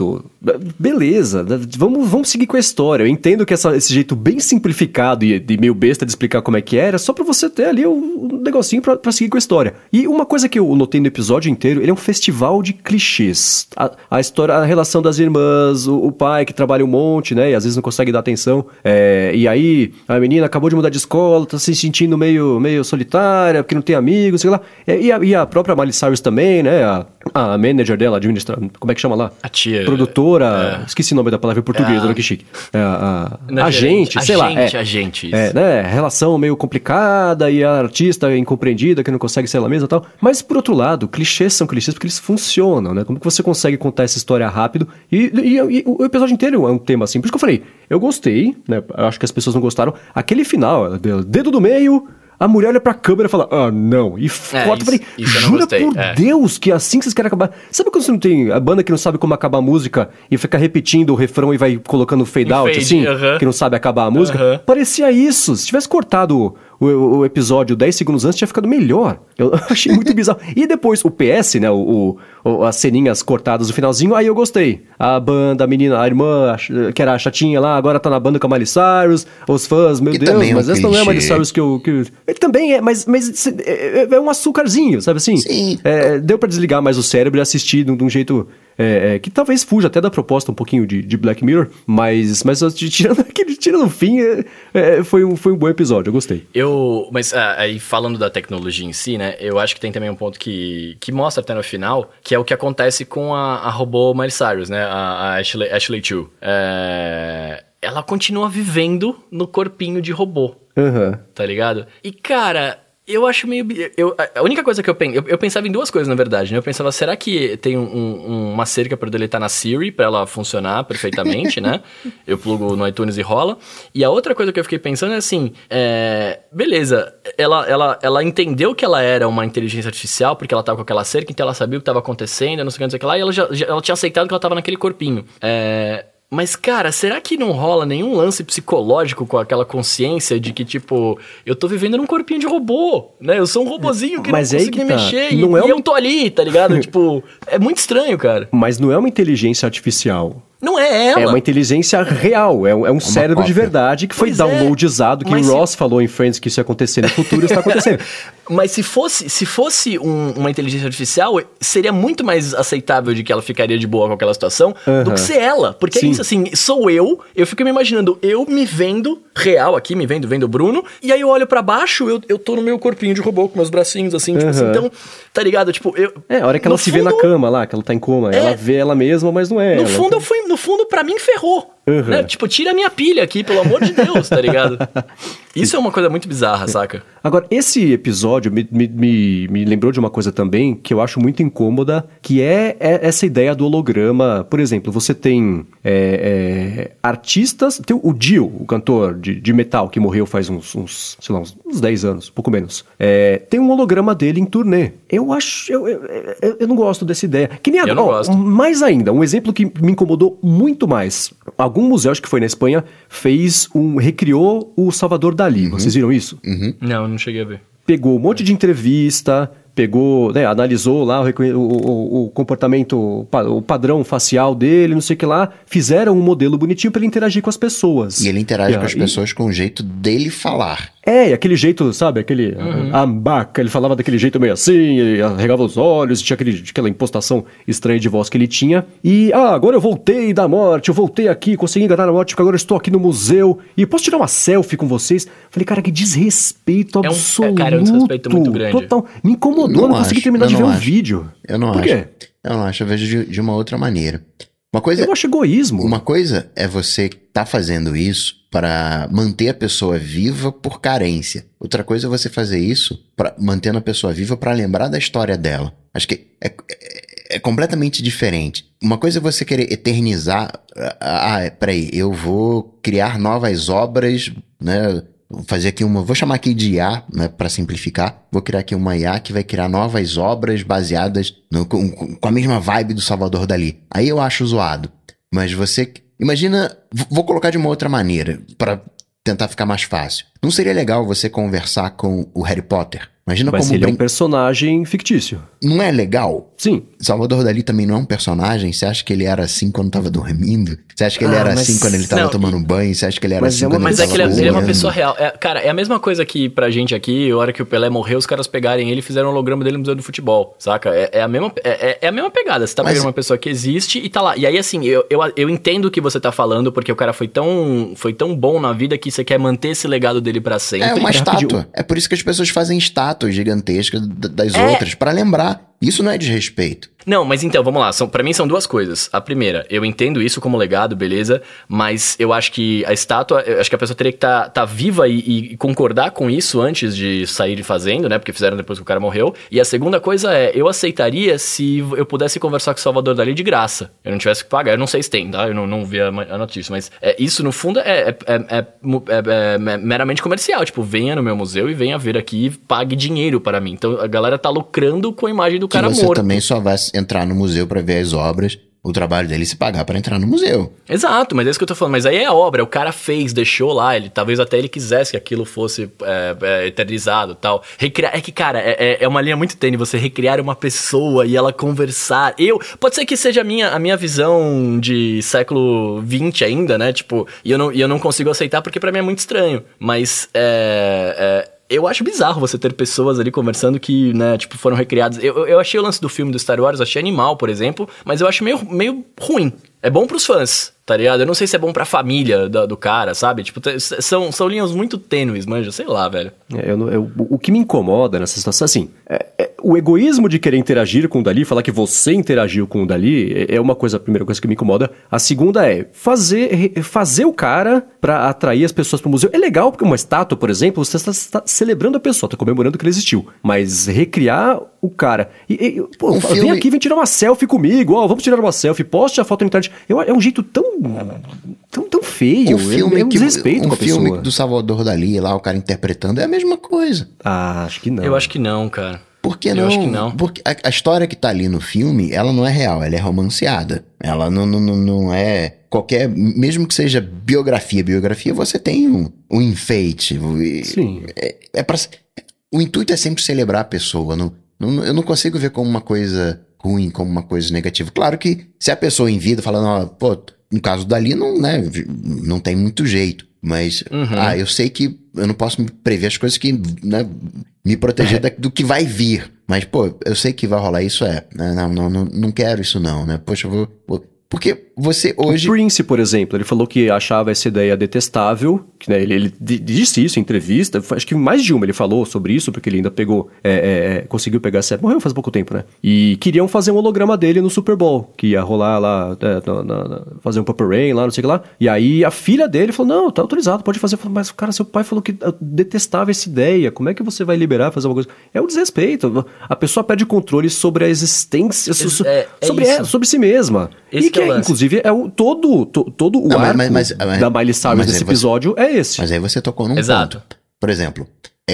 beleza, vamos, vamos seguir com a história. Eu entendo que essa, esse jeito bem simplificado e, e meio besta de explicar como é que era, só pra você ter ali um, um negocinho pra, pra seguir com a história. E uma coisa que eu notei no episódio inteiro, ele é um festival de clichês. A, a história, a relação das irmãs, o, o pai que trabalha um monte, né, e às vezes não consegue dar atenção. É, e aí, a menina acabou de mudar de escola, tá se sentindo meio, meio solitária, porque não tem amigos, sei lá. E a, e a própria Miley Cyrus também, né, a, a manager dela, administra, como é que chama lá? A tia. Produtora, é. esqueci o nome da palavra em português, É. olha que chique. É, a, Na a agente, sei lá. Agente, É, agente, isso. é, né, relação meio complicada e a artista incompreendida que não consegue ser ela mesma e tal. Mas, por outro lado, clichês são clichês porque eles funcionam, né? Como que você consegue contar essa história rápido? E, e, e o episódio inteiro é um tema assim. Por isso que eu falei, eu gostei, né? Eu acho que as pessoas não gostaram. Aquele final, dedo do meio... A mulher olha pra câmera e fala, ah, não. E É, corta. Eu falei, isso- isso eu não jura gostei, por é. Deus que é assim que vocês querem acabar. Sabe quando você não tem a banda que não sabe como acabar a música e fica repetindo o refrão e vai colocando fade Um out, fade, assim? aham. Que não sabe acabar a música? Aham. Parecia isso. Se tivesse cortado o, o- o episódio dez segundos antes, tinha ficado melhor. Eu achei muito bizarro. E depois, o P S, né? O, o- as ceninhas cortadas no finalzinho, aí eu gostei. A banda, a menina, a irmã, a ch- que era a chatinha lá, agora tá na banda com a Miley Cyrus. Os fãs, meu Que Deus, também é um mas essa não é a Miley clichê. Cyrus que eu... Que eu... Ele também é, mas, mas é, é um açúcarzinho, sabe assim? Sim. É, deu pra desligar mais o cérebro e assistir de, um- de um jeito é, é, que talvez fuja até da proposta um pouquinho de, de Black Mirror, mas, mas tirando aquele tirando o fim, é, é, foi, um, foi um bom episódio, eu gostei. Eu, mas ah, aí falando da tecnologia em si, né, eu acho que tem também um ponto que, que mostra até no final, que é o que acontece com a, a robô Miley Cyrus, né, a, a Ashley, Ashley Chu. É, ela continua vivendo no corpinho de robô, Aham. tá ligado? E, cara... Eu acho meio... bi- Eu, a única coisa que eu pensava... Eu, eu pensava em duas coisas, na verdade, né? Eu pensava, será que tem um- um- uma cerca pra eu deletar na Siri pra ela funcionar perfeitamente, né? Eu plugo no iTunes e rola. E a outra coisa que eu fiquei pensando é assim... É, beleza, ela, ela, ela entendeu que ela era uma inteligência artificial porque ela tava com aquela cerca, então ela sabia o que tava acontecendo, não sei o que, não sei o que lá, e ela, já, já- ela tinha aceitado que ela tava naquele corpinho. É... Mas, cara, será que não rola nenhum lance psicológico com aquela consciência de que, tipo, eu tô vivendo num corpinho de robô, né? Eu sou um robozinho que Mas não é aí consigo que me tá. mexer e, Não é e um- eu tô ali, tá ligado? Tipo, é muito estranho, cara. Mas não é uma inteligência artificial. Não é ela. É uma inteligência real, é um, é um cérebro de cópia. verdade que foi Pois é, downloadizado, que mas Ross se- falou em Friends que isso ia acontecer no futuro, está acontecendo. Mas se fosse, se fosse um- uma inteligência artificial, seria muito mais aceitável de que ela ficaria de boa com aquela situação do Aham. que ser ela. Porque Sim. é isso, assim, sou eu, eu fico me imaginando, eu me vendo real aqui, me vendo, vendo o Bruno, e aí eu olho pra baixo, eu, eu tô no meu corpinho de robô, com meus bracinhos, assim, tipo assim, Aham. então, tá ligado? Tipo, eu... É, a hora que ela no se vê na fundo- cama lá, que ela tá em coma, É. ela vê ela mesma, mas não é No ela. fundo, então- eu fui, no fundo, pra mim, ferrou. Uhum. Né? Tipo, tira a minha pilha aqui, pelo amor de Deus, tá ligado? Isso é uma coisa muito bizarra, saca? Agora, esse episódio me, me, me, me lembrou de uma coisa também que eu acho muito incômoda, que é, é essa ideia do holograma. Por exemplo, você tem é, é, artistas... Tem o Dio, o cantor de, de metal, que morreu faz uns, uns, sei lá, uns, uns dez anos, pouco menos. É, tem um holograma dele em turnê. Eu acho... Eu, eu, eu, eu não gosto dessa ideia. Que nem Eu agora, não ó, gosto. mais ainda, um exemplo que me incomodou muito mais. Algum museu, acho que foi na Espanha, fez um... recriou o Salvador Dali. Vocês viram isso? Não, não cheguei a ver. Pegou um monte de entrevista, pegou, né, analisou lá o, reconhe- o- o- o comportamento, o pa- o padrão facial dele, não sei o que lá, fizeram um modelo bonitinho pra ele interagir com as pessoas. E ele interage E com as aí- pessoas com o jeito dele falar. É, e aquele jeito, sabe, aquele ambaca, ele falava daquele jeito meio assim, ele arregava os olhos, tinha aquele, aquela impostação estranha de voz que ele tinha. E, ah, agora eu voltei da morte, eu voltei aqui, consegui enganar a morte, porque agora eu estou aqui no museu, e posso tirar uma selfie com vocês? Falei, cara, que desrespeito É um- é, absoluto. cara, é um desrespeito muito grande. Total. Me incomodou, Não não, consegui acho, terminar eu de ver não o acho. vídeo. Eu não Por acho. quê? Eu não acho, eu vejo de, de uma outra maneira. Uma coisa, Eu acho egoísmo. uma coisa é você tá fazendo isso para manter a pessoa viva por carência. Outra coisa é você fazer isso para mantendo a pessoa viva para lembrar da história dela. Acho que é, é, é completamente diferente. Uma coisa é você querer eternizar. Ah, ah, peraí, eu vou criar novas obras, né? Vou fazer aqui uma, vou chamar aqui de I A, né, para simplificar. Vou criar aqui uma I A que vai criar novas obras baseadas no, com, com a mesma vibe do Salvador Dali. Aí eu acho zoado. Mas você, imagina, v- vou colocar de uma outra maneira para tentar ficar mais fácil. Não seria legal você conversar com o Harry Potter? Imagina Mas como ele brin... é um personagem fictício. Não é legal? Sim. Salvador Dalí também não é um personagem? Você acha que ele era assim quando tava dormindo? Você acha que ele ah, era mas... assim quando ele tava não, tomando e... banho? Você acha que ele era mas assim é quando mas ele é tava Mas é que ele, ele é uma pessoa real. É, cara, é a mesma coisa que pra gente aqui, a hora que o Pelé morreu, os caras pegarem ele e fizeram um holograma dele no Museu do Futebol, saca? É, é, a, mesma, é, é a mesma pegada. Você tá mas... pegando uma pessoa que existe e tá lá. E aí, assim, eu, eu, eu entendo o que você tá falando, porque o cara foi tão, foi tão bom na vida que você quer manter esse legado dele pra sempre. É uma estátua. É por isso que as pessoas fazem estátuas gigantescas das é... outras, pra lembrar. Isso não é desrespeito. Não, mas então, vamos lá. São, pra mim são duas coisas. A primeira, eu entendo isso como legado, beleza? Mas eu acho que a estátua, eu acho que a pessoa teria que estar tá, tá viva e, e concordar com isso antes de sair fazendo, né? Porque fizeram depois que o cara morreu. E a segunda coisa é, eu aceitaria se eu pudesse conversar com o Salvador Dalí de graça. Eu não tivesse que pagar. Eu não sei se tem, tá? Eu não, não vi a, a notícia. Mas é, isso, no fundo, é, é, é, é, é, é meramente comercial. Tipo, venha no meu museu e venha ver aqui e pague dinheiro para mim. Então, a galera tá lucrando com a imagem do cara morto. Você também só vai entrar no museu para ver as obras, o trabalho dele se pagar para entrar no museu. Exato, mas é isso que eu tô falando. Mas aí é a obra, o cara fez, deixou lá, ele talvez até ele quisesse que aquilo fosse é, é, eternizado e tal. Recriar, é que, cara, é, é uma linha muito tênue você recriar uma pessoa e ela conversar. Eu, pode ser que seja a minha, a minha visão de século vinte ainda, né? Tipo, e eu não, e eu não consigo aceitar porque pra mim é muito estranho. Mas, é... é eu acho bizarro você ter pessoas ali conversando que, né, tipo, foram recriadas. Eu, eu achei o lance do filme do Star Wars, achei animal, por exemplo, mas eu acho meio, meio ruim. É bom pros fãs, tá ligado? Eu não sei se é bom pra família do, do cara, sabe? Tipo, são, são linhas muito tênues, manja, sei lá, velho. É, eu, eu, o que me incomoda nessa situação, assim, é, é, o egoísmo de querer interagir com o Dalí, falar que você interagiu com o Dalí, é, é uma coisa, a primeira coisa que me incomoda. A segunda é fazer, fazer o cara pra atrair as pessoas pro museu. É legal, porque uma estátua, por exemplo, você está celebrando a pessoa, tá comemorando que ele existiu. Mas recriar o cara... E, e, pô, um vem filme... aqui, vem tirar uma selfie comigo, ó, vamos tirar uma selfie, poste a foto na internet. Eu, é um jeito tão, tão, tão feio, um filme é um desrespeito um com a pessoa. Um filme do Salvador Dalí, lá o cara interpretando, é a mesma coisa. Ah, acho que não. Eu acho que não, cara. Por que não? Eu acho que não. Porque a, a história que tá ali no filme, ela não é real, ela é romanceada. Ela não, não, não é qualquer... Mesmo que seja biografia. Biografia você tem um, um enfeite. Sim. É, é pra, o intuito é sempre celebrar a pessoa. Não, não, eu não consigo ver como uma coisa... ruim, como uma coisa negativa. Claro que se a pessoa em vida falando, ó, pô, no caso dali não, né, não tem muito jeito, mas, uhum. ah, eu sei que eu não posso prever as coisas que, né, me proteger da, do que vai vir, mas, pô, eu sei que vai rolar isso, é, não, não, não, não quero isso não, né, poxa, eu vou... vou porque você hoje... O Prince, por exemplo, ele falou que achava essa ideia detestável, que, né, ele, ele disse isso em entrevista, acho que mais de uma ele falou sobre isso, porque ele ainda pegou, é, é, conseguiu pegar essa... Morreu faz pouco tempo, né? E queriam fazer um holograma dele no Super Bowl, que ia rolar lá, é, na, na, na, fazer um Purple Rain lá, não sei o que lá. E aí a filha dele falou, não, tá autorizado, pode fazer. Mas, cara, seu pai falou que detestava essa ideia, como é que você vai liberar, fazer uma coisa... É um desrespeito, a pessoa perde o controle sobre a existência, é, é sobre, é, sobre si mesma. Esse e que, é, inclusive, é o, todo, to, todo o não, arco mas, mas, mas, da Miley Cyrus nesse episódio você, é esse. Mas aí você tocou num Exato. ponto. Por exemplo,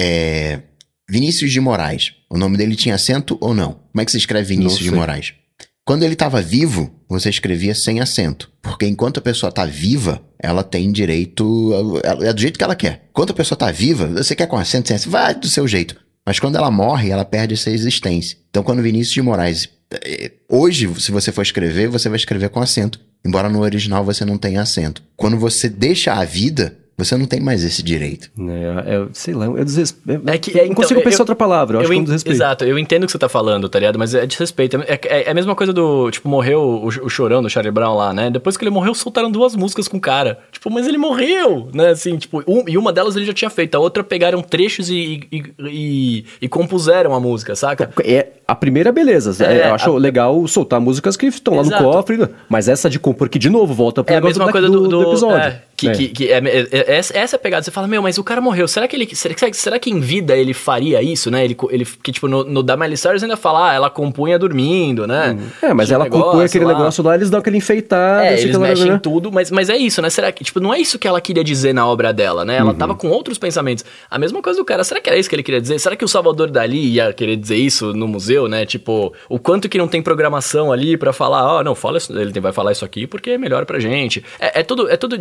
é, Vinícius de Moraes. O nome dele tinha acento ou não? Como é que se escreve Vinícius de Moraes? Quando ele estava vivo, você escrevia sem acento. Porque enquanto a pessoa está viva, ela tem direito... É do jeito que ela quer. Enquanto a pessoa está viva, você quer com acento, sem acento, vai do seu jeito. Mas quando ela morre, ela perde essa existência. Então, quando Vinícius de Moraes... Hoje, se você for escrever, você vai escrever com acento. Embora no original você não tenha acento. Quando você deixa a vida, você não tem mais esse direito. É, é sei lá, é desrespeito. É que, é, não então, consigo pensar eu, outra palavra, eu, eu acho que é um desrespeito. Exato, eu entendo o que você tá falando, tá ligado? Mas é desrespeito. É, é, é a mesma coisa do, tipo, morreu o, o Chorão do Charlie Brown lá, né? Depois que ele morreu, soltaram duas músicas com o cara. Tipo, mas ele morreu, né? Assim, tipo, um, e uma delas ele já tinha feito. A outra pegaram trechos e, e, e, e compuseram a música, saca? É, a primeira, beleza. É, eu acho a... legal soltar músicas que estão lá Exato. no cofre, mas essa de compor, que de novo volta pro é negócio a mesma coisa do, do, do episódio. É, que, é. que, que é, é, essa, essa é a pegada. Você fala, meu, mas o cara morreu. Será que ele. Será, será que em vida ele faria isso, né? Ele, ele, que, tipo, no, no da Miley Cyrus ainda fala, ah, ela compunha dormindo, né? Hum. É, mas ela negócio, compõe aquele lá. negócio lá, eles dão aquele enfeitada. É, eles mexem em né? tudo, mas, mas é isso, né? Será que, tipo, não é isso que ela queria dizer na obra dela, né? Ela uhum. tava com outros pensamentos. A mesma coisa do cara, será que era isso que ele queria dizer? Será que o Salvador Dalí ia querer dizer isso no museu, né? Tipo, o quanto que não tem programação ali pra falar, ó, oh, não, fala isso, ele vai falar isso aqui porque é melhor pra gente. É, é tudo, é tudo, de novo, é,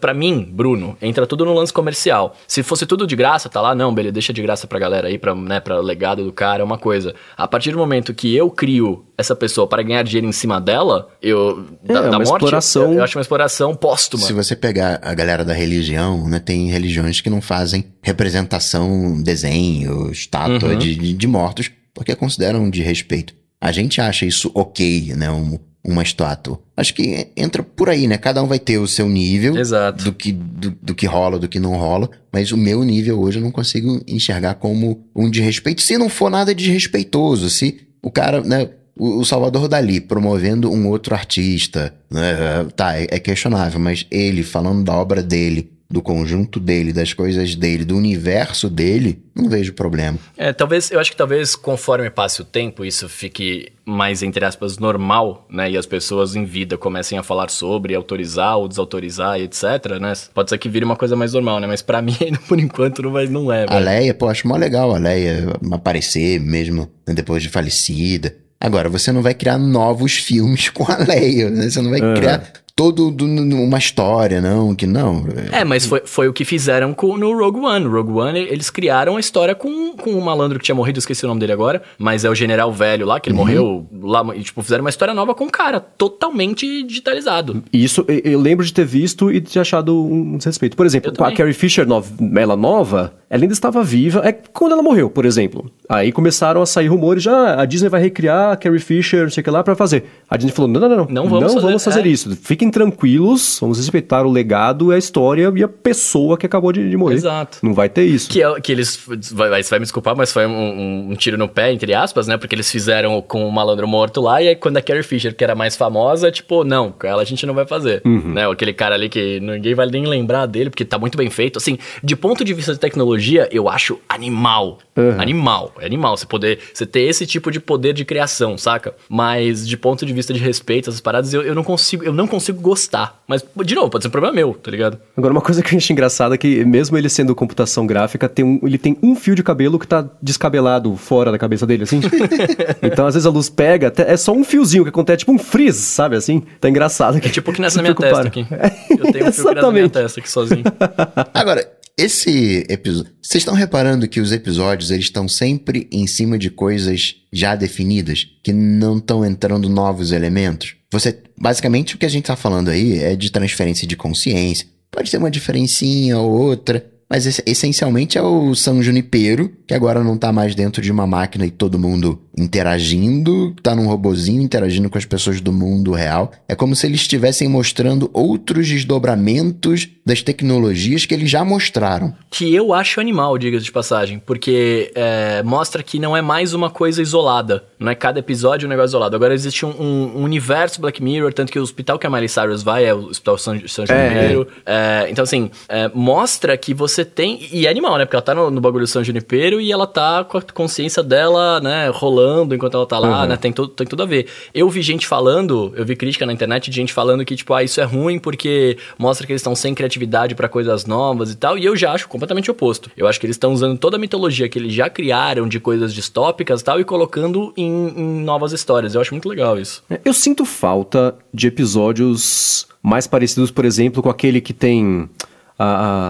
pra mim, Bruno, entra tudo no lance comercial. Se fosse tudo de graça, tá lá, não, beleza, deixa de graça pra galera aí, pra, né, pra legado do cara, é uma coisa. A partir do momento que eu crio essa pessoa para ganhar dinheiro em cima dela, eu... É, da, é da uma morte, exploração. Eu, eu acho uma exploração póstuma. Se você pegar a galera da religião, né, tem religiões que não fazem representação, desenho, estátua Uhum. de, de, de mortos, porque consideram de respeito. A gente acha isso ok, né, um, uma estátua. Acho que entra por aí, né, cada um vai ter o seu nível. Exato. Do que, do, do que rola, do que não rola, mas o meu nível hoje eu não consigo enxergar como um desrespeito, se não for nada desrespeitoso, se o cara, né, o, o Salvador Dalí promovendo um outro artista, né, tá, é, é questionável, mas ele falando da obra dele, do conjunto dele, das coisas dele, do universo dele, não vejo problema. É, talvez, eu acho que talvez conforme passe o tempo, isso fique mais, entre aspas, normal, né? E as pessoas em vida comecem a falar sobre, autorizar ou desautorizar e etc, né? Pode ser que vire uma coisa mais normal, né? Mas pra mim, por enquanto, não, vai, não é. A Leia, pô, acho mó legal a Leia aparecer mesmo, né, depois de falecida. Agora, você não vai criar novos filmes com a Leia, né? Você não vai uhum. criar todo do, uma história, não, que não. É, mas foi, foi o que fizeram com, no Rogue One. No Rogue One, eles criaram a história com, com um malandro que tinha morrido, esqueci o nome dele agora, mas é o general velho lá, que ele uhum. morreu lá, e tipo, fizeram uma história nova com um cara, totalmente digitalizado. Isso, eu lembro de ter visto e ter achado um desrespeito. Por exemplo, com a Carrie Fisher, no, ela nova, ela ainda estava viva, é quando ela morreu, por exemplo. Aí começaram a sair rumores, já a Disney vai recriar a Carrie Fisher, não sei o que lá, pra fazer. A Disney falou, não, não, não, não, não vamos não fazer, vamos fazer é. isso. Fiquem tranquilos, vamos respeitar o legado, a história e a pessoa que acabou de, de morrer. Exato. Não vai ter isso. Que, é, que eles, vai, você vai me desculpar, mas foi um, um, um tiro no pé, entre aspas, né? Porque eles fizeram com o malandro morto lá, e aí quando a Carrie Fisher, que era mais famosa, tipo, não, com ela a gente não vai fazer. Uhum. Né? Aquele cara ali que ninguém vai nem lembrar dele, porque tá muito bem feito. Assim, de ponto de vista de tecnologia, eu acho animal. Uhum. Animal. É animal você poder, você ter esse tipo de poder de criação, saca? Mas de ponto de vista de respeito, essas paradas, eu, eu não consigo, eu não consigo gostar. Mas, de novo, pode ser um problema meu, tá ligado? Agora, uma coisa que eu acho engraçada é que, mesmo ele sendo computação gráfica, tem um, ele tem um fio de cabelo que tá descabelado fora da cabeça dele, assim. Então, às vezes a luz pega, é só um fiozinho que acontece, tipo um frizz, sabe, assim? Tá engraçado. É tipo que nessa minha testa aqui. Eu tenho um fio que nessa minha testa aqui sozinho. Agora, esse episódio... Vocês estão reparando que os episódios, eles estão sempre em cima de coisas já definidas, que não estão entrando novos elementos? Você, basicamente, o que a gente tá falando aí é de transferência de consciência. Pode ter uma diferencinha ou outra, mas essencialmente é o San Junipero, que agora não tá mais dentro de uma máquina e todo mundo interagindo, tá num robozinho interagindo com as pessoas do mundo real. É como se eles estivessem mostrando outros desdobramentos das tecnologias que eles já mostraram. Que eu acho animal, diga-se de passagem, porque é, mostra que não é mais uma coisa isolada, não é cada episódio um negócio isolado. Agora existe um, um, um universo Black Mirror, tanto que o hospital que a Miley Cyrus vai é o Hospital San, San Junipero. É. É, então, assim, é, mostra que você tem... E é animal, né? Porque ela tá no, no bagulho do San Junipero e ela tá com a consciência dela, né, rolando enquanto ela tá lá, uhum. né? Tem, to, tem tudo a ver. Eu vi gente falando, eu vi crítica na internet de gente falando que, tipo, ah, isso é ruim porque mostra que eles estão sem criatividade pra coisas novas e tal, e eu já acho completamente oposto. Eu acho que eles estão usando toda a mitologia que eles já criaram de coisas distópicas e tal, e colocando em, em novas histórias. Eu acho muito legal isso. Eu sinto falta de episódios mais parecidos, por exemplo, com aquele que tem... A,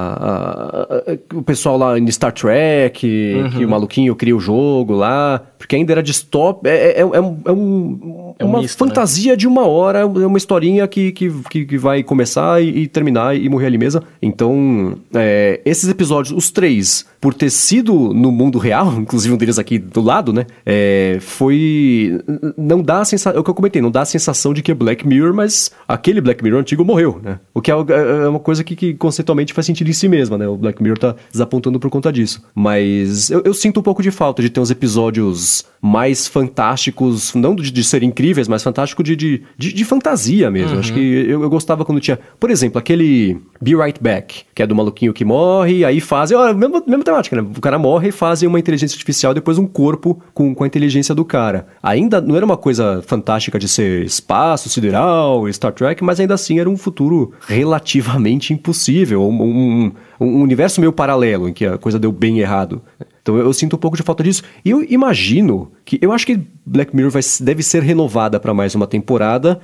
a, a, o pessoal lá em Star Trek, uhum. que o maluquinho cria o jogo lá, porque ainda era distópico, é, é, é, é, um, é, um, é uma misto, fantasia, né? De uma hora, é uma historinha que, que, que vai começar e, e terminar e morrer ali mesmo. Então, é, esses episódios, os três, por ter sido no mundo real, inclusive um deles aqui do lado, né, é, foi... não dá a sensação, é o que eu comentei, não dá a sensação de que é Black Mirror, mas aquele Black Mirror antigo morreu, né? O que é, é uma coisa que, que conceitualmente faz sentido em si mesma, né? O Black Mirror tá desapontando por conta disso. Mas eu, eu sinto um pouco de falta de ter uns episódios mais fantásticos, não de, de serem incríveis, mas fantástico de, de, de, de fantasia mesmo. Uhum. Acho que eu, eu gostava quando tinha... Por exemplo, aquele Be Right Back, que é do maluquinho que morre, aí fazem... Ó, mesma, mesma temática, né? O cara morre e fazem uma inteligência artificial, depois um corpo com, com a inteligência do cara. Ainda não era uma coisa fantástica de ser espaço, sideral, Star Trek, mas ainda assim era um futuro relativamente impossível, um, um, um universo meio paralelo, em que a coisa deu bem errado. Então eu, eu sinto um pouco de falta disso. E eu imagino que... Eu acho que Black Mirror vai, deve ser renovada para mais uma temporada.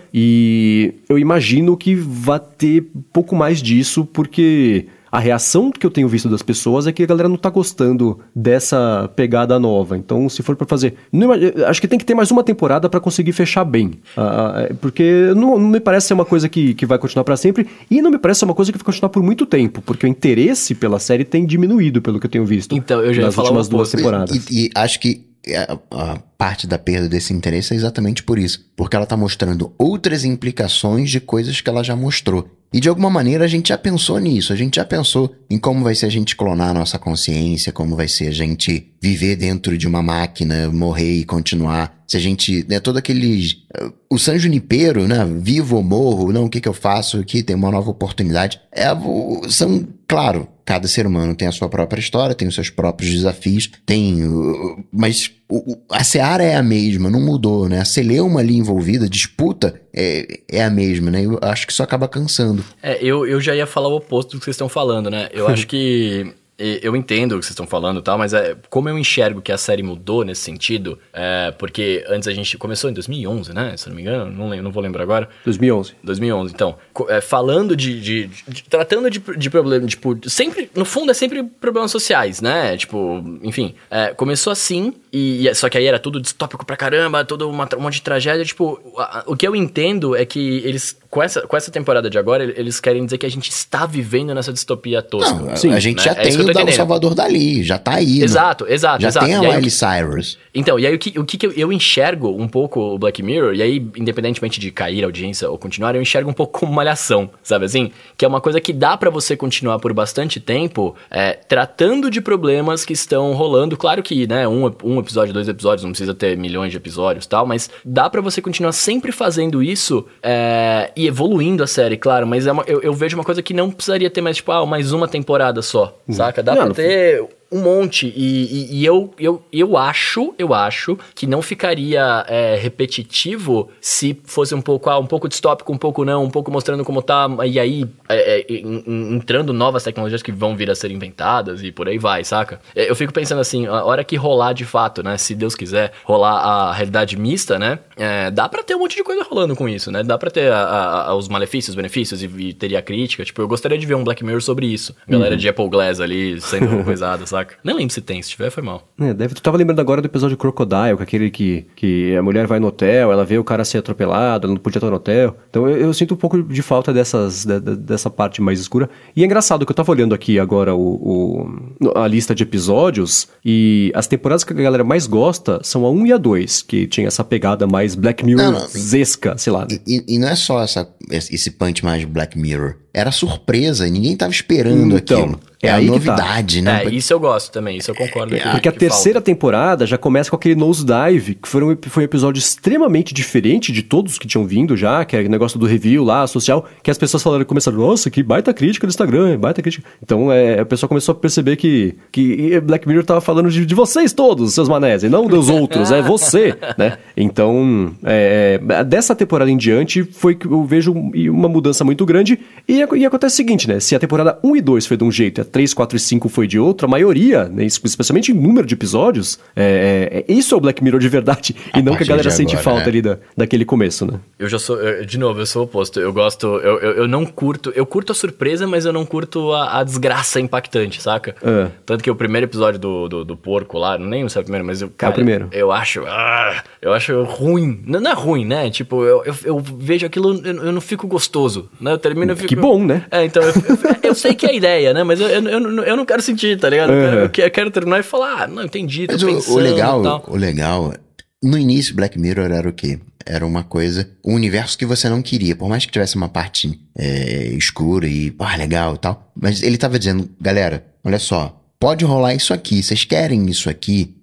E eu imagino que vai ter um pouco mais disso, porque... A reação que eu tenho visto das pessoas é que a galera não tá gostando dessa pegada nova. Então, se for pra fazer... Não, acho que tem que ter mais uma temporada pra conseguir fechar bem. Uh, porque não, não me parece ser uma coisa que, que vai continuar pra sempre. E não me parece ser uma coisa que vai continuar por muito tempo. Porque o interesse pela série tem diminuído, pelo que eu tenho visto. Então, eu já nas ia falar últimas um duas pouco. temporadas. E, e acho que a, a parte da perda desse interesse é exatamente por isso. Porque ela tá mostrando outras implicações de coisas que ela já mostrou. E de alguma maneira a gente já pensou nisso, a gente já pensou em como vai ser a gente clonar a nossa consciência, como vai ser a gente viver dentro de uma máquina, morrer e continuar. Se a gente, né, todo aqueles... Uh, o San Junipero, né, vivo ou morro, não, o que que eu faço aqui, tem uma nova oportunidade. É, o, são, claro, cada ser humano tem a sua própria história, tem os seus próprios desafios, tem... Uh, mas o, a seara é a mesma, não mudou, né? A celeuma ali envolvida, a disputa é, é a mesma, né? Eu acho que isso acaba cansando. É, eu, eu já ia falar o oposto do que vocês estão falando, né? Eu acho que... Eu entendo o que vocês estão falando e tal, mas é, como eu enxergo que a série mudou nesse sentido, é, porque antes a gente começou em dois mil e onze, né? Se não me engano, não, lembro, não vou lembrar agora. dois mil e onze. dois mil e onze, então. É, falando de, de, de... de tratando de, de problemas, tipo, sempre... No fundo é sempre problemas sociais, né? Tipo, enfim. É, começou assim, e, só que aí era tudo distópico pra caramba, todo uma, um monte de tragédia. Tipo, a, o que eu entendo é que eles... Com essa, com essa temporada de agora, eles querem dizer que a gente está vivendo nessa distopia tosca. Não, Sim, a gente né? já É tem o, da, o Salvador Dali, já tá aí. Exato, no, exato, já exato. tem a E aí, Miley Cyrus. Então, e aí o que, o que eu enxergo um pouco o Black Mirror, e aí, independentemente de cair a audiência ou continuar, eu enxergo um pouco como malhação, sabe assim? Que é uma coisa que dá pra você continuar por bastante tempo é, tratando de problemas que estão rolando. Claro que, né, um, um episódio, dois episódios, não precisa ter milhões de episódios e tal, mas dá pra você continuar sempre fazendo isso é, e evoluindo a série, claro, mas é uma, eu, eu vejo uma coisa que não precisaria ter mais, tipo, ah, mais uma temporada só, hum. saca? Dá não, pra ter... um monte, e, e, e eu, eu, eu acho, eu acho que não ficaria é, repetitivo se fosse um pouco, ah, um pouco distópico, um pouco não, um pouco mostrando como tá, e aí é, é, entrando novas tecnologias que vão vir a ser inventadas e por aí vai, saca? Eu fico pensando assim, a hora que rolar de fato, né, se Deus quiser, rolar a realidade mista, né, é, dá pra ter um monte de coisa rolando com isso, né, dá pra ter a, a, a, os malefícios, os benefícios, e, e teria crítica, tipo, eu gostaria de ver um Black Mirror sobre isso, galera uhum. de Apple Glass ali sendo coisada, saca? Nem lembro se tem, se tiver foi mal. É, deve, tu tava lembrando agora do episódio Crocodile, que é aquele que, que a mulher vai no hotel, ela vê o cara ser atropelado, ela não podia estar no hotel. Então eu, eu sinto um pouco de falta dessas, de, de, dessa parte mais escura. E é engraçado que eu tava olhando aqui agora o, o, a lista de episódios, e as temporadas que a galera mais gosta são a um e a dois, que tinha essa pegada mais Black Mirror-zesca, sei lá. Né? E, e não é só essa, esse punch mais Black Mirror. Era surpresa, ninguém tava esperando então, aquilo. É, é a novidade, tá. né? É, isso eu gosto também, isso eu concordo. É, porque a terceira falta. temporada já começa com aquele nosedive, que foi um, foi um episódio extremamente diferente de todos que tinham vindo já, que é o negócio do review lá, social, que as pessoas falaram, começaram, nossa, que baita crítica no Instagram, baita crítica. Então é, a pessoa começou a perceber que, que Black Mirror tava falando de, de vocês todos, seus manés, e não dos outros, é você, né? Então, é, dessa temporada em diante, foi que eu vejo uma mudança muito grande, e, e acontece o seguinte, né? Se a temporada um e dois foi de um jeito, a três, quatro e cinco foi de outro, a maioria, né, especialmente em número de episódios, é, é, isso é o Black Mirror de verdade, a e não que a galera sente agora, falta né? ali da, daquele começo, né? Eu já sou, eu, de novo, eu sou o oposto, eu gosto, eu, eu, eu não curto, eu curto a surpresa, mas eu não curto a, a desgraça impactante, saca? É. Tanto que o primeiro episódio do, do, do porco lá, não lembro se é o primeiro, mas eu, cara, é o primeiro. eu acho, ah, eu acho ruim, não, não é ruim, né? Tipo, eu, eu, eu vejo aquilo, eu, eu não fico gostoso, né? Eu termino, eu fico... Que bom, né? É, então, eu, eu, eu sei que é a ideia, né? Mas eu, eu, eu, eu não quero sentir, tá ligado? Uhum. Eu, quero, eu quero terminar e falar, ah, não, entendi, tô Mas pensando o, o legal, e tal. O legal, no início Black Mirror era o quê? Era uma coisa, um universo que você não queria, por mais que tivesse uma parte é, escura e, pá, legal e tal, mas ele tava dizendo, galera, olha só, pode rolar isso aqui, vocês querem isso aqui?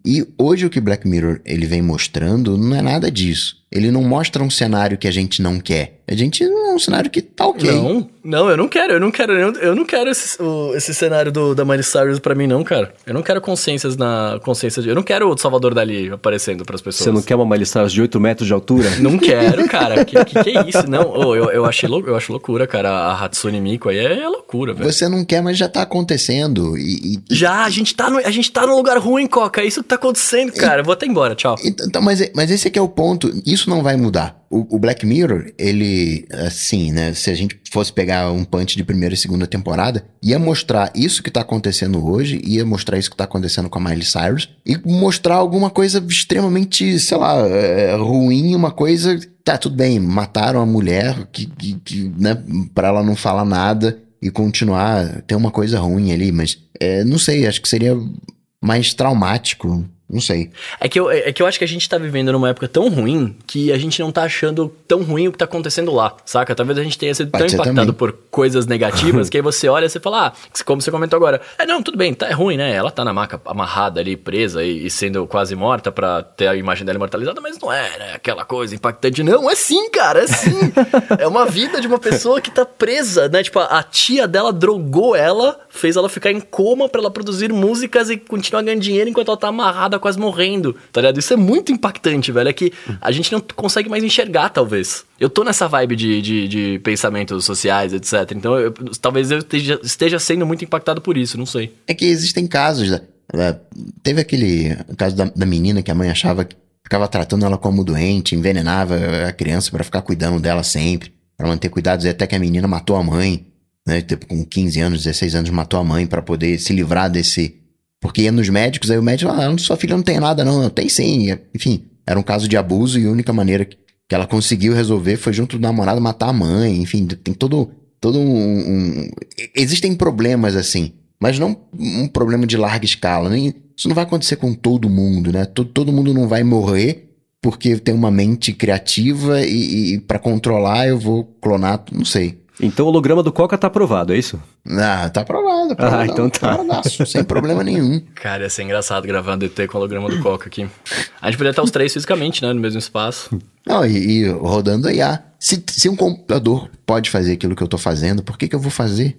E hoje o que Black Mirror ele vem mostrando não é nada disso. Ele não mostra um cenário que a gente não quer. A gente é um cenário que tá ok. Não, não, eu não quero, eu não quero, eu, eu não quero esse, o, esse cenário do, da Miley Cyrus pra mim não, cara. Eu não quero consciências na consciência de, eu não quero o Salvador Dali aparecendo pras pessoas. Você não quer uma Miley Cyrus de oito metros de altura? Não quero, cara. Que, que, que é isso? Não, oh, eu, eu, achei lou, eu acho loucura, cara. A Hatsune Miku aí é, é loucura, velho. Você não quer, mas já tá acontecendo. E, e, já, a gente, tá no, a gente tá num lugar ruim, Coca. É isso que tá acontecendo, cara. E, eu vou até embora, tchau. Então, mas, mas esse aqui é o ponto. Isso não vai mudar. O, o Black Mirror, ele, assim, né, se a gente fosse pegar um punch de primeira e segunda temporada, ia mostrar isso que tá acontecendo hoje, ia mostrar isso que tá acontecendo com a Miley Cyrus, e mostrar alguma coisa extremamente, sei lá, é, ruim, uma coisa, tá, tudo bem, mataram a mulher, que, que, que, né, pra ela não falar nada e continuar, tem uma coisa ruim ali, mas, é, não sei, acho que seria mais traumático. Não sei. É que, eu, é que eu acho que a gente tá vivendo numa época tão ruim que a gente não tá achando tão ruim o que tá acontecendo lá, saca? Talvez a gente tenha sido Pode tão impactado também. por coisas negativas que aí você olha e você fala, ah, como você comentou agora, é não, tudo bem, tá, é ruim, né? Ela tá na maca amarrada ali, presa e, e sendo quase morta pra ter a imagem dela imortalizada, mas não é, né? Aquela coisa impactante. Não, é sim, cara, é sim. É uma vida de uma pessoa que tá presa, né? Tipo, a, a tia dela drogou ela, fez ela ficar em coma pra ela produzir músicas e continuar ganhando dinheiro enquanto ela tá amarrada, quase morrendo, tá ligado? Isso é muito impactante, velho. É que a gente não consegue mais enxergar, talvez. Eu tô nessa vibe de, de, de pensamentos sociais, etcétera. Então, eu, talvez eu esteja, esteja sendo muito impactado por isso, não sei. É que existem casos, né? Teve aquele caso da, da menina que a mãe achava que ficava tratando ela como doente, envenenava a criança pra ficar cuidando dela sempre, pra manter cuidados, e até que a menina matou a mãe, né? Tipo, com quinze anos, dezesseis anos, matou a mãe pra poder se livrar desse... Porque ia nos médicos, aí o médico, ah, sua filha não tem nada não, não tem sim. Enfim, era um caso de abuso e a única maneira que ela conseguiu resolver foi junto do namorado matar a mãe. Enfim, tem todo, todo um, um... Existem problemas assim, mas não um problema de larga escala. Nem... Isso não vai acontecer com todo mundo, né? Todo, todo mundo não vai morrer porque tem uma mente criativa e, e para controlar eu vou clonar, não sei. Então o holograma do Coca tá aprovado, é isso? Ah, tá aprovado. aprovado ah, então tá. Aprovadaço, sem problema nenhum. Cara, ia ser engraçado gravar D T com o holograma do Coca aqui. A gente poderia estar os três fisicamente, né? No mesmo espaço. Não, e, e rodando I A. Se, se um computador pode fazer aquilo que eu tô fazendo, por que que eu vou fazer?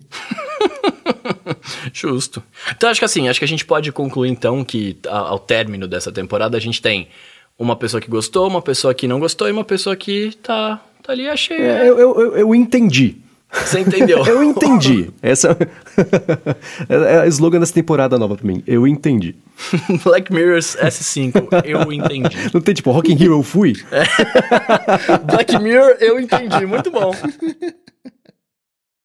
Justo. Então acho que assim, acho que a gente pode concluir então que ao término dessa temporada a gente tem uma pessoa que gostou, uma pessoa que não gostou e uma pessoa que tá, tá ali, achei... É, eu, eu, eu entendi. Você entendeu? Eu entendi. Essa é a slogan dessa temporada nova pra mim. Eu entendi. Black Mirror's S cinco. Eu entendi. Não tem tipo, Rock in Rio eu fui? É. Black Mirror, eu entendi. Muito bom.